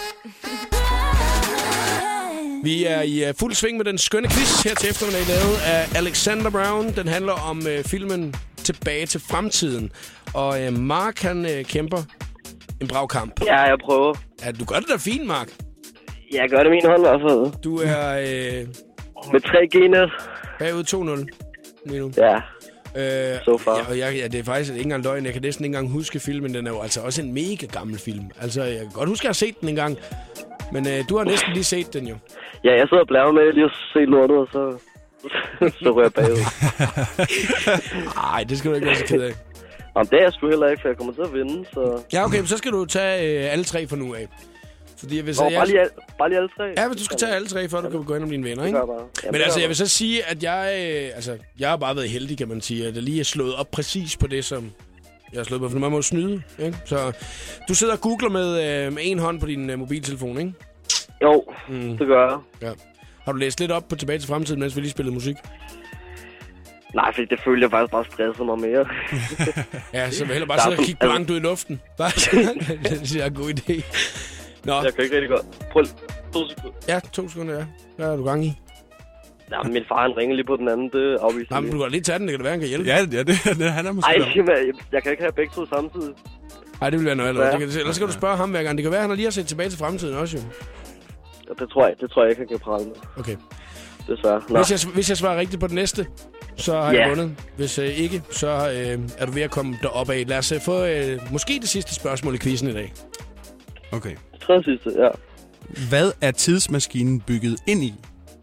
Vi er i uh, fuld sving med den skønne quiz her til eftermiddag, lavet af Alexander Brown. Den handler om uh, filmen Tilbage til Fremtiden. Og uh, Mark, han uh, kæmper en brav kamp. Ja, jeg prøver. Ja, du gør det da fint, Mark. Jeg gør det min hånd i hvert fald. Du er... Uh, med tre G-net. Bagud to nul. Nu. Ja. Øh, so far. Ja, og jeg, ja, det er faktisk ikke engang løgn. Jeg kan næsten ikke engang huske filmen. Den er jo altså også en mega gammel film. Altså, jeg kan godt huske, at jeg har set den engang. Men øh, du har næsten lige set den jo. Ja, jeg sidder og blærer med lige at se lortet, og så, så rører jeg bagud. Ej, det skal du ikke være så ked af. Jamen, det er jeg sgu heller ikke, for jeg kommer til at vinde, så... Ja, okay, så skal du tage øh, alle tre fra nu af. Fordi hvis Nå, jeg... bare, lige al- bare lige alle tre? Ja, hvis du skal tage alle tre, før du kan gå ind om dine venner, ikke? Jamen, men altså, jeg vil så sige, at jeg... Øh, altså, jeg har bare været heldig, kan man sige, at jeg lige er slået op præcis på det, som... Jeg har slået på, for man må snyde, ikke? Så du sidder og googler med, øh, med en hånd på din øh, mobiltelefon, ikke? Jo, mm. det gør jeg. Ja. Har du læst lidt op på Tilbage til Fremtiden, mens vi lige spillede musik? Nej, fordi det følte jeg faktisk bare stressede mig mere. Ja, så vil heller bare sidde og kigge blankt ud i luften. Bare det er en god idé. Nå. Jeg kan ikke rigtig godt. Prøv to sekunder. Ja, to sekunder, ja. Hvad er du gang i? Ja, men min far, han ringer lige på den anden, det afviser. Nej, men du kan lige tage den, det kan det være, han kan hjælpe. Ja, ja det, det, han er måske... Ej, jeg, jeg kan ikke have begge to samtidig. Nej, det vil være noget eller ja. Ellers skal du spørge ham hver gang. Det kan være, han har lige har set Tilbage til Fremtiden også, jo. Ja, det tror jeg, det tror jeg ikke, han kan prale med. Okay. Desværre. Hvis jeg, hvis jeg svarer rigtigt på den næste, så har yeah. jeg vundet. Hvis øh, ikke, så øh, er du ved at komme derop af. Lad os øh, få øh, måske det sidste spørgsmål i quizzen i dag. Okay. Tredje sidste, ja. Hvad er tidsmaskinen bygget ind i?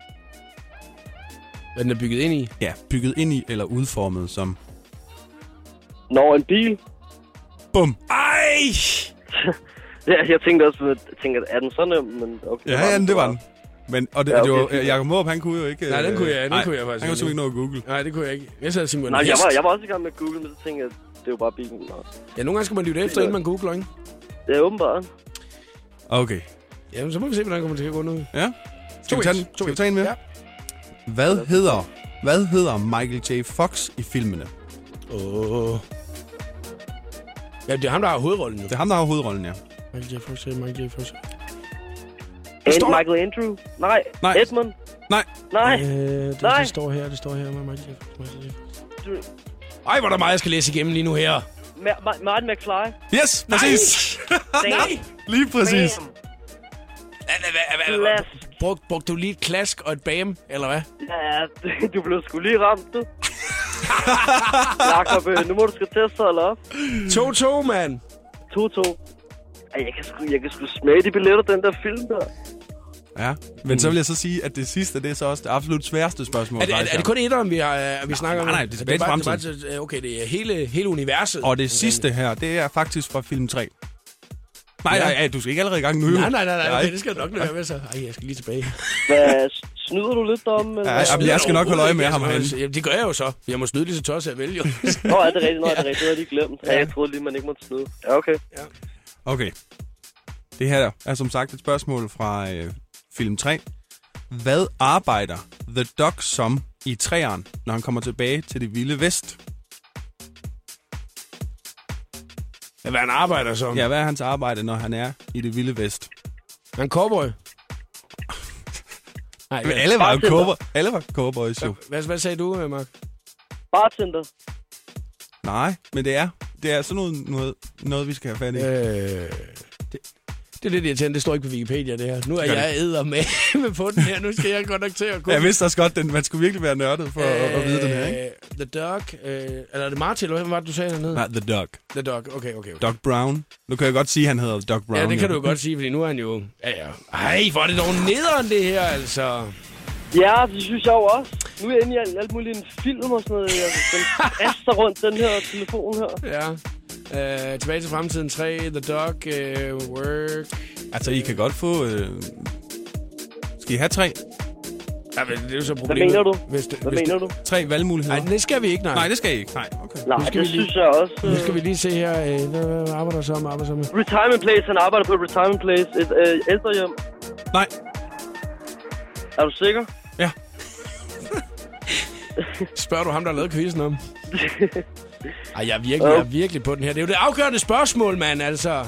Hvad den er bygget ind i? Ja, bygget ind i eller udformet som... Nå, en bil. Bum. Ej! Ja, jeg tænkte også, jeg tænkte, er den så nem? Men okay, ja, ja, det var den. Men, og det, ja, okay, det var, Jakob Måb, han kunne jo ikke... Nej, den kunne jeg, den nej, kunne jeg faktisk han kunne simpelthen ikke nå at google. Nej, det kunne jeg ikke. Jeg sad simpelthen... Nej, jeg var, jeg var også i gang med at google, men så tænkte jeg, det er jo bare bilen. Ja, nogle gange skal man lytte efter, inden man googler, ikke? Det er åbenbart. Okay. Jamen, så må vi se, hvordan det kommer til at gå nu. Ja. Skal vi tage den? Skal vi tage en med? Ja. Hvad hedder, hvad hedder Michael J. Fox i filmene? Åh... Oh. Ja, det er ham, der har hovedrollen, jo. Det er ham, der har hovedrollen, ja. Michael J. Fox, Michael J. Fox. And Michael Andrew? Nej. Nej. Edmund? Nej. Nej. Øh, det, Nej. det står her, det står her med Michael Jackson. Ej, hvor er der meget, jeg skal læse igennem lige nu her. Ma- Ma- Martin McFly? Yes, præcis. Nej. Lige præcis. Brugte brug du lige et klask og et bam, eller hvad? Ja, du blev sgu lige ramt, du. Jakob, nu må du skal teste sig op. to to, mand. to to. Ej, jeg kan sgu, jeg kan sgu smage de billetter, den der film der. Ja, men mm. så vil jeg så sige, at det sidste, det er så også det absolut sværeste spørgsmål. Er det, er, er det kun etteren, vi, har, vi snakker om? Nej, nej, det er tilbage til fremtiden. Okay, det er hele, hele universet. Og det sidste her, det er faktisk fra film tre. Nej, ja. nej, nej, du skal ikke allerede i gang nu. Nej, nej, nej, nej okay, det skal jeg nok lade være med så. Ej, jeg skal lige tilbage. Hvad, snyder du lidt om? Ja, jeg, jeg skal nok holde øje med ham herinde. Ja, det gør jeg jo så. Jeg må snyde lige så tør, så jeg vælger jo. Nå, er det rigtigt? Nå, er det rigtigt? Det havde jeg lige glemt. Ja, jeg troede lige, man ikke måtte snyde. Ja, okay. Ja. Okay. Det her er som sagt et spørgsmål fra øh, film tre. Hvad arbejder The Dog som i træeren, når han kommer tilbage til det vilde vest? Ja, hvad han arbejder som? Ja, hvad er hans arbejde, når han er i det vilde vest? Han er en cowboy. Nej, men alle var jo cowboy. Alle var cowboys jo. Hvad, hvad sagde du, Mark? Bartender. Nej, men det er, det er sådan noget, noget, noget vi skal have fat i. Øh, det, det er lidt irriterende. Det står ikke på Wikipedia, det her. Nu er jeg æder med, med på den her. Nu skal jeg godt nok til at gå. Jeg vidste også godt, den, man skulle virkelig være nørdet for øh, at, at vide den her, ikke? The Dog. Øh, eller er det Martin, eller hvad var det, du sagde hernede? Nej, The Dog. The Dog, okay, okay. okay. Doc Brown. Nu kan jeg godt sige, at han hedder Doc Brown. Ja, det kan jo. du jo godt sige, fordi nu er han jo... Ja, ja. Ej, hvor er det dog nederen, det her, altså. Ja, det synes jeg jo også. Nu er jeg inde i alt, alt muligt en film og sådan noget. Jeg, den aster rundt, den her telefon her. Ja. Uh, tilbage til fremtiden tre, The Dog, uh, Work... Altså, I kan godt få... Øh... Skal I have tre? Ja, men det er jo så problemet. Hvad mener du? Hvis det, Hvad hvis mener det... du? Tre valgmuligheder. Nej, det skal vi ikke, nej. Nej, det skal I ikke. Nej, okay. Nej, det lige... synes jeg også. Nu skal vi lige se her. Uh, hvad arbejder så med? Arbejder så med? Retirement Place, han arbejder på et retirement place. Et øh, ældrehjem. Nej. Er du sikker? Ja. Spørger du ham, der har lavet quizzen om? Ej, jeg er, virkelig, jeg er virkelig på den her. Det er jo det afgørende spørgsmål, mand, altså.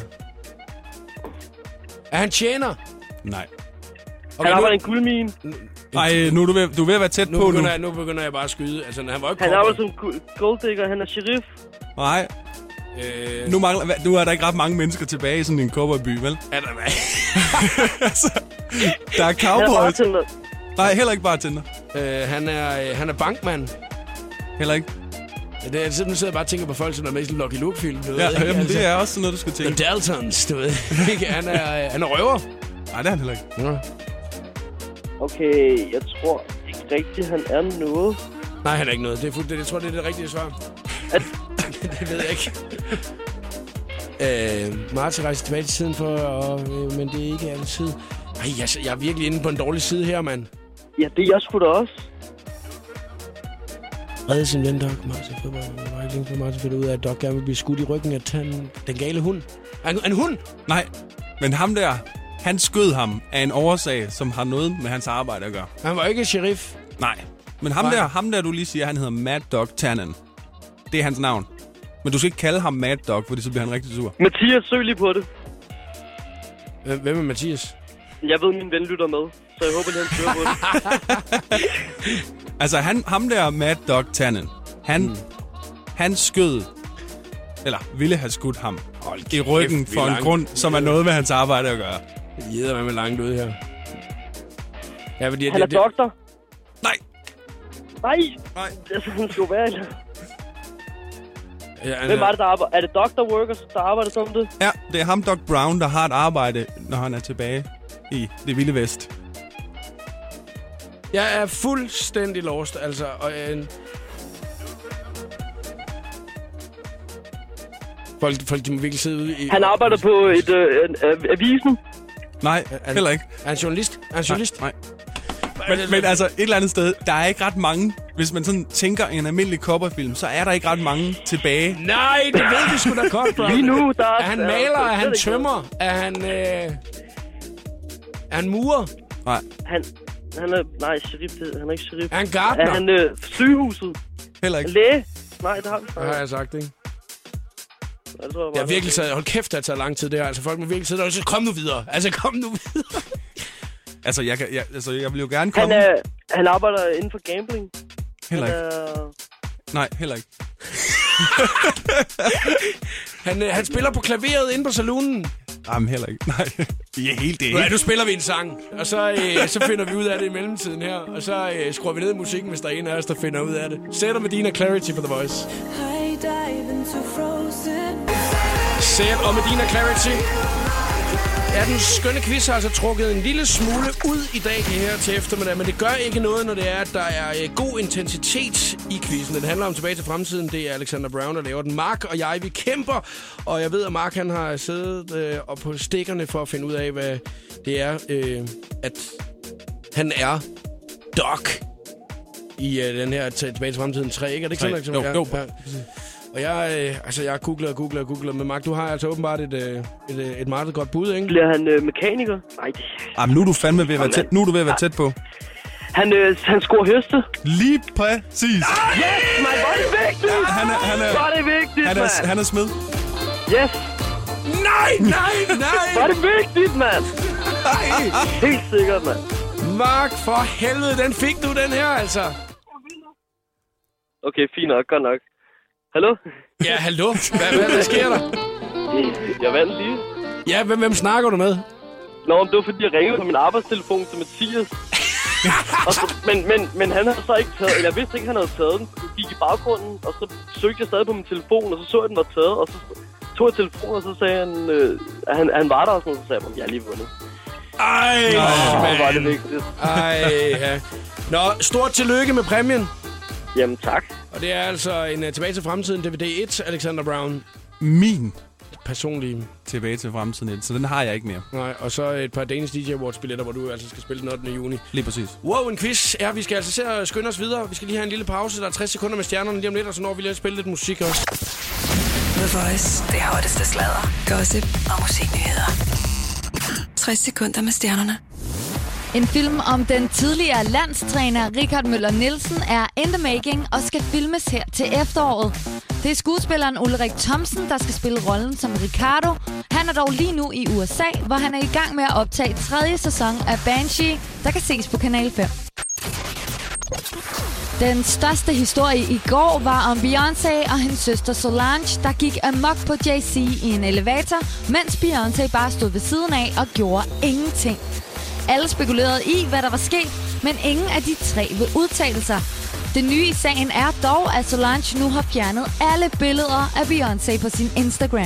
Er han tjener? Nej. Okay, han arbejder i en guldmine. Nej, nu er du ved, du er ved at være tæt nu på begynder nu. Jeg, nu begynder jeg bare at skyde. Altså, han var ikke Han arbejder som golddigger, han er sheriff. Nej. Øh... Nu, mangler, nu er der ikke ret mange mennesker tilbage i sådan en cowboyby, vel? Er der hvad? altså, der er cowboys. Han er Nej, heller ikke bartender. Øh, han, er, øh, han er bankmand. Heller ikke. Ja, det er, nu sidder jeg bare og tænker på folk, som er med i sådan en Lucky Luke-film. Du ja, ved, ikke? Jamen, Altså, det er også sådan noget, du skal tænke. The Daltons, du ved. han, er, han er røver. Nej, det er han heller ikke. Ja. Okay, jeg tror ikke rigtigt, han er noget. Nej, han er ikke noget. Det er fuldt, det, jeg tror, det er det rigtige svar. At... det ved jeg ikke. Øh, Martin rejser tilbage til tiden for, og, øh, men det er ikke altid. Ej, jeg, jeg er virkelig inde på en dårlig side her, mand. Ja, det er jeg sgu da også. Redde sin ven, Doc. Martin Fødberg. Jeg var ikke længe for Martin finder ud af, at Doc gerne vil blive skudt i ryggen af den, den gale hund. Er en, en hund? Nej, men ham der, han skød ham af en årsag, som har noget med hans arbejde at gøre. Han var ikke sheriff? Nej, men ham der, ham der, du lige siger, han hedder Mad Dog Tannen. Det er hans navn. Men du skal ikke kalde ham Mad Dog, fordi så bliver han rigtig sur. Mathias, søg lige på det. Hvem er Mathias? Jeg ved, min ven lytter med, så jeg håber, at han søger på det. Altså, han, ham der Mad Dog Tannen, han, mm. han skød, eller ville have skudt ham Hold i ryggen kæft, for en langt. grund, som er noget med hans arbejde at gøre. Det jeder mig med langt ud her. Ja, fordi, han er det, doktor? Nej. Nej? Nej. Altså, han skulle være eller... Ja, Hvem er det, der arbejder? Er det Doctor Workers, der arbejder som det? Ja, det er ham, Doc Brown, der har et arbejde, når han er tilbage i det vilde vest. Jeg er fuldstændig lost, altså. Og, øh, folk, folk, de må virkelig sidde ude i... Han arbejder på et øh, øh, avisen? Nej, er, heller ikke. Er han journalist? Er han journalist? Nej. nej. Men, men altså, et eller andet sted, der er ikke ret mange... Hvis man sådan tænker en almindelig cowboyfilm, så er der ikke ret mange tilbage. Nej, det ved vi sgu da godt, bro. Lige nu, der er... Er han maler? Er han tømmer? Er han... Øh... Er han murer? Nej. Han... Han er... Nej, sheriff. Han er ikke sheriff. Er han gartner? Er han øh, sygehuset? Heller ikke. Læge? Nej, det har vi sagt. Det har jeg sagt, ikke? Ja, det tror jeg, jeg har virkelig taget... Hold kæft, det har taget lang tid, det her. Altså, folk må virkelig sidde der og så kom nu videre. Altså, kom nu videre. Altså, jeg, kan, jeg, altså, jeg vil jo gerne komme... Han, er, han arbejder inden for gambling. Heller ikke. Han er... Nej, heller ikke. han, øh, han spiller på klaveret inde på saloonen. Jamen, heller ikke. Nej, vi er helt det. Ja, nu spiller vi en sang, og så, øh, så finder vi ud af det i mellemtiden her. Og så øh, skruer vi ned i musikken, hvis der er en af os, der finder ud af det. Sætter Medina Clarity på The Voice. Sæt og Medina Clarity. Ja, den skønne quiz har altså trukket en lille smule ud i dag her til eftermiddag, men det gør ikke noget, når det er, at der er god intensitet i quizzen. Den handler om Tilbage til fremtiden. Det er Alexander Brown, der laver den. Mark og jeg, vi kæmper, og jeg ved, at Mark han har siddet øh, op på stikkerne for at finde ud af, hvad det er, øh, at han er Doc i øh, den her Tilbage til fremtiden tre, ikke? Er det ikke sådan, jo, jo. Ja. Og jeg, øh, altså, jeg googler og googler og googler, men Mark, du har altså åbenbart et, øh, et, et meget godt bud, ikke? Bliver han øh, mekaniker? Nej, det... Jamen, nu er du fandme ved at være tæt, nu er du ved at være tæt på. Han, øh, han scorer høste. Lige præcis. Yes, man, hvor er det vigtigt! Ja, han er, han er, hvor er det vigtigt, han er, man! Han er smed. Yes! Nej, nej, nej! Hvor er det vigtigt, mand! Helt sikkert, mand. Mark, for helvede, den fik du, den her, altså. Okay, fint nok, godt nok. Hallo? Ja, hallo. Hvad, hvad, hvad sker der? Jeg vandt lige. Ja, hvem, hvem snakker du med? Nå, men det var fordi, jeg ringede på min arbejdstelefon til Mathias. og så, men, men, men han havde så ikke taget, eller jeg vidste ikke, han havde taget den. Jeg gik i baggrunden, og så søgte jeg stadig på min telefon, og så så jeg, den var taget, og så tog jeg telefonen, og så sagde han, øh, at han, han var der, og sådan, og så sagde jeg, jeg er lige vundet. Ej, Åh, man. var det vigtigt. Ej, ja. Nå, stort tillykke med præmien. Jamen, tak. Og det er altså en uh, Tilbage til fremtiden D V D et, Alexander Brown. Min personlige Tilbage til fremtiden, så den har jeg ikke mere. Nej, og så et par Danish D J Awards billetter, hvor du altså skal spille den ottende juni. Lige præcis. Wow, en quiz. Ja, vi skal altså se at skynde os videre. Vi skal lige have en lille pause. Der er tres sekunder med stjernerne lige om lidt, og så når vi lige at spille lidt musik også. The Voice. Det hotteste sladder, gossip og musiknyheder. tres sekunder med stjernerne. En film om den tidligere landstræner Richard Møller Nielsen er in the making og skal filmes her til efteråret. Det er skuespilleren Ulrik Thomsen, der skal spille rollen som Ricardo. Han er dog lige nu i U S A, hvor han er i gang med at optage tredje sæson af Banshee, der kan ses på Kanal fem. Den største historie i går var om Beyoncé og hendes søster Solange, der gik amok på Jay-Z i en elevator, mens Beyoncé bare stod ved siden af og gjorde ingenting. Alle spekulerede i, hvad der var sket, men ingen af de tre vil udtale sig. Det nye i sagen er dog, at Solange nu har fjernet alle billeder af Beyoncé på sin Instagram.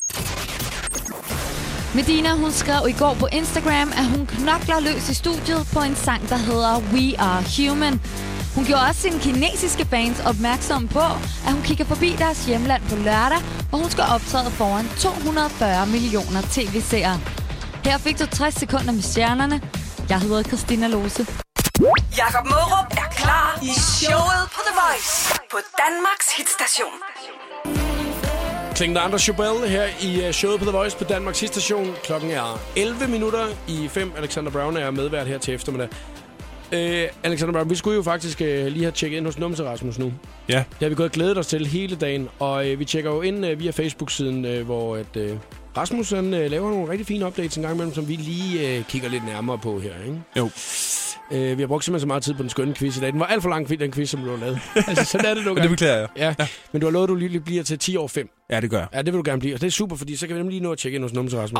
Medina, hun skrev i går på Instagram, at hun knokler løs i studiet på en sang, der hedder We Are Human. Hun gjorde også sine kinesiske fans opmærksom på, at hun kigger forbi deres hjemland på lørdag, hvor hun skal optræde foran to hundrede og fyrre millioner tv-seere. Her fik du tres sekunder med stjernerne. Jeg hedder Christina Lose. Jakob Mårup er klar i showet på The Voice på Danmarks hitstation. Kling andre Chubel her i showet på The Voice på Danmarks hitstation. Klokken er elleve minutter i fem. Alexander Brown er medvært her til eftermiddag. Øh, Alexander Brown, vi skulle jo faktisk øh, lige have tjekket ind hos Numse Rasmus nu. Ja. Det har vi gået og glædet os til hele dagen, og øh, vi tjekker jo ind øh, via Facebook-siden, øh, hvor at, øh, Rasmus han, øh, laver nogle rigtig fine updates en gang imellem, som vi lige øh, kigger lidt nærmere på her, ikke? Jo. Øh, vi har brugt simpelthen så meget tid på den skønne quiz i dag. Den var alt for lang, den quiz, som du har lavet. Altså, sådan er det nogle gange. Det beklager jeg. Ja. ja. Men du har lovet, at du lige bliver til ti år fem. Ja, det gør jeg. Ja, det vil du gerne blive. Og det er super, fordi så kan vi nemlig lige nå at tjekke ind hos Numse Rasmus.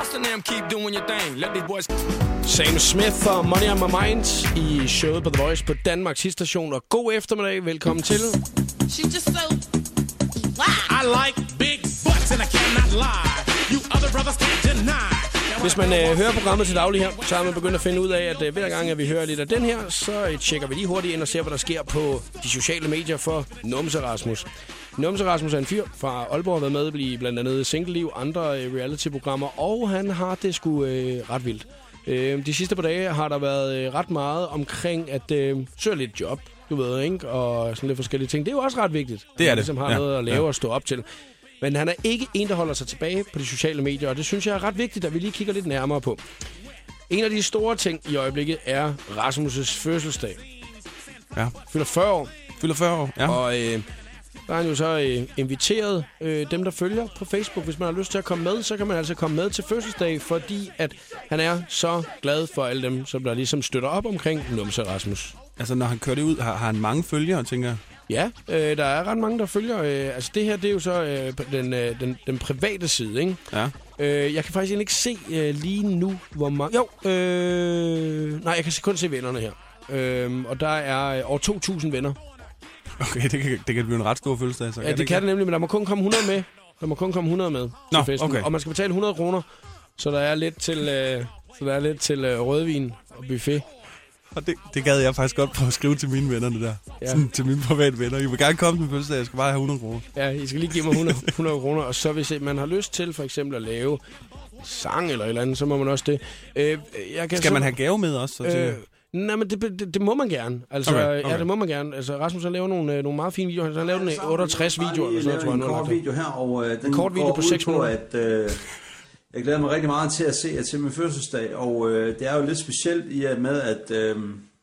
Sam Smith og Money on My Mind i showet på The Voice på Danmarks hitstation. Og god eftermiddag. Velkommen til. She's just so wow. I like big butts and I cannot lie. You other brothers can't deny. Hvis man øh, hører programmet til daglig her, så har man begyndt at finde ud af, at øh, hver gang, at vi hører lidt af den her, så øh, tjekker vi lige hurtigt ind og ser, hvad der sker på de sociale medier for Numse Rasmus. Numse Rasmus er en fyr fra Aalborg, har været med i blandt andet Single-liv, andre øh, reality-programmer, og han har det sgu øh, ret vildt. Øh, de sidste par dage har der været øh, ret meget omkring at øh, søge lidt job, du ved, ikke? Og sådan lidt forskellige ting. Det er jo også ret vigtigt. Det er det. Ligesom har ja. noget at lave ja. og stå op til. Men han er ikke en, der holder sig tilbage på de sociale medier, og det synes jeg er ret vigtigt, at vi lige kigger lidt nærmere på. En af de store ting i øjeblikket er Rasmus' fødselsdag. Ja. Fylder fyrre år. Fylder fyrre år, ja. Og øh, der har han jo så øh, inviteret øh, dem, der følger på Facebook. Hvis man har lyst til at komme med, så kan man altså komme med til fødselsdag, fordi at han er så glad for alle dem, som der ligesom støtter op omkring Numse Rasmus. Altså, når han kører det ud, har, har han mange følgere, tænker jeg? Ja, øh, der er ret mange, der følger. Øh, altså, det her, det er jo så øh, den, øh, den, den private side, ikke? Ja. Øh, jeg kan faktisk ikke se øh, lige nu, hvor mange... Jo, øh... nej, jeg kan kun se vennerne her. Øh, og der er øh, over to tusind venner. Okay, det kan, det kan blive en ret stor fødselsdag. Så ja, det, det kan det nemlig, men der må kun komme hundrede med. Der må kun komme hundrede med Nå, til festen. Okay. Og man skal betale hundrede kroner, så der er lidt til, øh, så der er lidt til øh, rødvin og buffet. Og det, det gad jeg faktisk godt på at skrive til mine venner, det der. Ja. Sådan, til mine private venner. I vil gerne komme til min fødselsdag, jeg skal bare have hundrede kroner. Ja, I skal lige give mig hundrede, hundrede kroner. Og så hvis man har lyst til for eksempel at lave sang eller et eller andet, så må man også det. Øh, jeg kan skal så, man have gave med også? Så øh, nej, men det, det, det må man gerne. Altså, okay, okay. Ja, det må man gerne. Altså, Rasmus har lavet nogle, nogle meget fine videoer. Han har lavet en otteogtres videoer. Eller sådan, tror jeg, en kort video her, og øh, den en kort video på seks minutter. At, øh, jeg glæder mig rigtig meget til at se til min fødselsdag, og øh, det er jo lidt specielt i og med, at øh,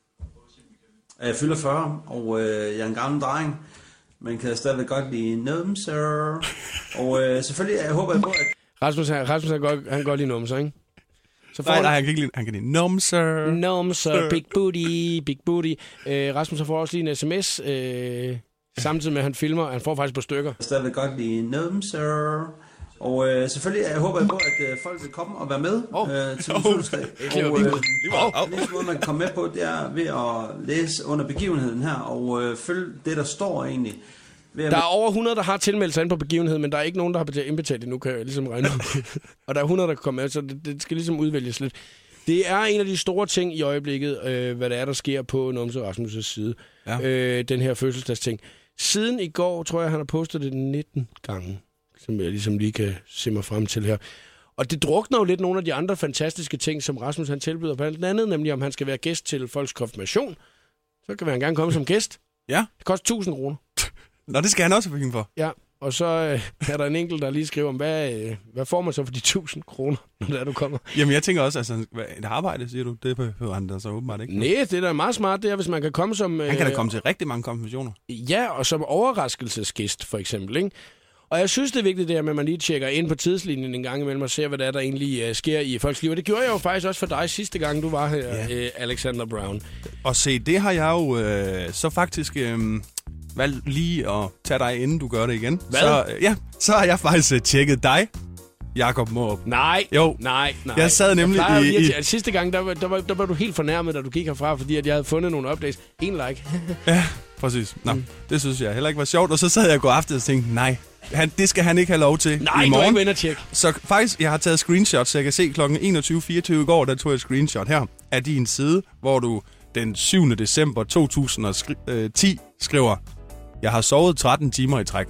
jeg fylder fyrre, og øh, jeg er en gammel dreng. Man kan stadigvæk godt lide numser. Og øh, selvfølgelig, jeg håber jeg på, at... Rasmus, Rasmus han, godt, han godt lide numser, ikke? Så nej, nej, han kan ikke lide, han kan lide numser. Numser, big booty, big booty. Øh, Rasmus har får også lige en sms, øh, samtidig med, at han filmer. Han får faktisk på stykker. Jeg stadigvæk godt lide numser. Og øh, selvfølgelig, jeg håber jeg på, at øh, folk vil komme og være med oh. øh, til min fødselsdag. Oh. Og øh, den eneste måde, man kan komme med på, det er ved at læse under begivenheden her, og øh, følge det, der står egentlig. Der er over hundrede, der har tilmeldt sig ind på begivenheden, men der er ikke nogen, der har indbetalt endnu, kan jeg ligesom regne ud. Og der er hundrede, der kan komme med, så det, det skal ligesom udvælges lidt. Det er en af de store ting i øjeblikket, øh, hvad der er, der sker på Numse Rasmus' side. Ja. Øh, den her fødselsdagsting. Siden i går, tror jeg, han har postet det nitten gange, som jeg ligesom lige kan se mig frem til her. Og det drukner jo lidt nogle af de andre fantastiske ting, som Rasmus han tilbyder. Blandt andet, nemlig om han skal være gæst til folks konfirmation. Så kan han gerne komme som gæst. Ja. Det koster tusind kroner. Nå, det skal han også have penge for. Ja, og så øh, er der en enkelt, der lige skriver, hvad, øh, hvad får man så for de tusind kroner, når der du kommer? Jamen, jeg tænker også, altså, et arbejde, siger du, det behøver han da så åbenbart ikke. Nej, det er da meget smart, det er, hvis man kan komme som... Øh, han kan da komme til rigtig mange konfirmationer. Ja, og som overraskelsesgæst, for eksempel, ikke? Og jeg synes, det er vigtigt, det her med, at man lige tjekker ind på tidslinjen en gang imellem og ser, hvad der, er, der egentlig uh, sker i folks liv. Og det gjorde jeg jo faktisk også for dig sidste gang, du var her, ja. uh, Alexander Brown. Og se, det har jeg jo uh, så faktisk uh, valgt lige at tage dig, inden du gør det igen. Hvad? Så, uh, ja, så har jeg faktisk uh, tjekket dig, Jakob Måb. Nej, jo. nej, nej. Jeg sad nemlig jeg i... i... At, sidste gang, der, der, var, der var du helt fornærmet, da du gik herfra, fordi at jeg havde fundet nogle updates. En like. Ja, præcis. Nå, mm. det synes jeg heller ikke var sjovt. Og så sad jeg i går aften og tænkte, nej, han, det skal han ikke have lov til nej, i morgen. Nej, du er ikke venner tjek. Så faktisk, jeg har taget screenshots, så jeg kan se klokken enogtyve fireogtyve i går, der tog jeg et screenshot her af din side, hvor du den syvende december to tusind og ti skriver, jeg har sovet tretten timer i træk.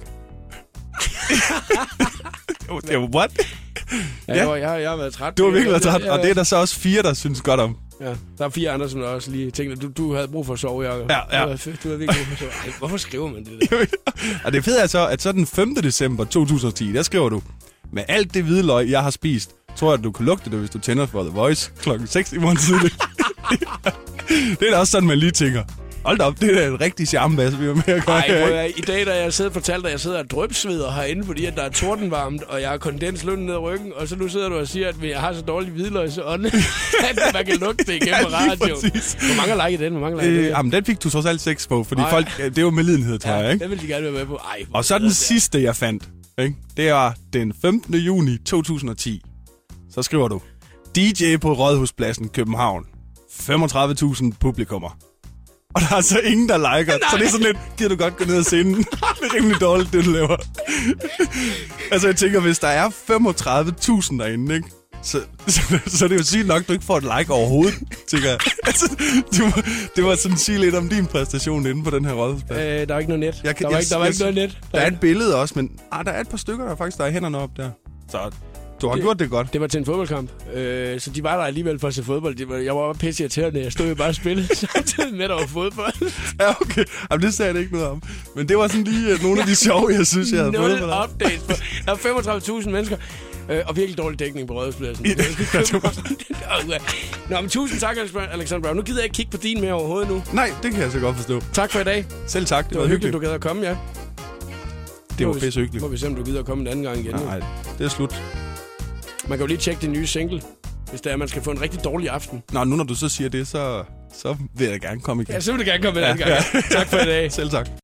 Det var what? Ja, ja. Jeg, jeg, jeg har været træt. Du har virkelig været træt, og det er der så også fire, der synes godt om. Ja, der er fire andre, som også lige tænkte, at du, du havde brug for at sove, Jacob. Ja, ja. Du havde, du havde virkelig brug for at sove. Ej, hvorfor skriver man det der? Og det fede er så, at så den femte december to tusind og ti, der skriver du, med alt det hvide løg, jeg har spist, tror jeg, at du kan lugte det, hvis du tænder for The Voice klokken seks i morgen tidlig. Det er da også sådan, man lige tænker. Hold da op, det er da en rigtig charmebasse, vi var med at gøre. Ej, i dag, da jeg sidder og fortalte dig, at jeg sidder og drøbsveder herinde, fordi at der er tordenvarmt, og jeg har kondenslunden ned ad ryggen, og så nu sidder du og siger, at jeg har så dårlig hvidløgsånde, at man kan lugte det igennem ja, radio. Hvor mange har liket den? Hvor mange har liket øh, den? Jamen, den fik du trods alt seks på, fordi Ej. folk, det er jo med lidenhed, tror ja, jeg, ikke? den vil de gerne være med på. Ej, og så den der. sidste, jeg fandt, ikke? Det er den femtende juni to tusind og ti. Så skriver du, D J på Rådhuspladsen, København. femogtredive tusind publikummer. Og der er altså ingen, der liker. Så det er sådan lidt, gider du godt gå ned og se den? Det er rimelig dårligt, det du laver. Altså, jeg tænker, hvis der er femogtredive tusind derinde, ikke? Så, så, så det er jo sygt nok, du ikke får et like overhovedet, tænker jeg. Altså, det var, det var sådan sige lidt om din præstation inde på den her rådhusplads. Øh, der var ikke noget net. Jeg, der var, jeg, ikke, der var jeg, ikke noget net. Der er et billede også, men ah, der er et par stykker, der faktisk der er i hænderne op der. Så du har det, gjort det godt. Det var til en fodboldkamp, øh, så de var der alligevel for at se fodbold. De var, jeg var bare pisse irriterende. Jeg stod jo bare og spillede samtidig med, der var fodbold. Ja, okay. Jamen, det sagde jeg ikke noget om. Men det var sådan lige uh, nogle af de sjove, jeg synes, jeg havde fået. Nul updates. Der var femogtredive tusind mennesker. Øh, og virkelig dårlig dækning på Rådhuspladsen. Nå, men tusind tak, Alexander Brown. Nu gider jeg ikke kigge på din mere overhovedet nu. Nej, det kan jeg så godt forstå. Tak for i dag. Selv tak. Det, det var hyggeligt, du gad at komme, ja. Det var pisse hyggeligt. Må vi se, om du gider at komme en anden gang igen. Nej, det er slut. Man kan jo lige tjekke din nye single, hvis det er, at man skal få en rigtig dårlig aften. Nå, nu når du så siger det, så, så vil jeg gerne komme igen. Ja, så vil jeg gerne komme en anden ja, gang. Ja. Tak for i dag. Selv tak.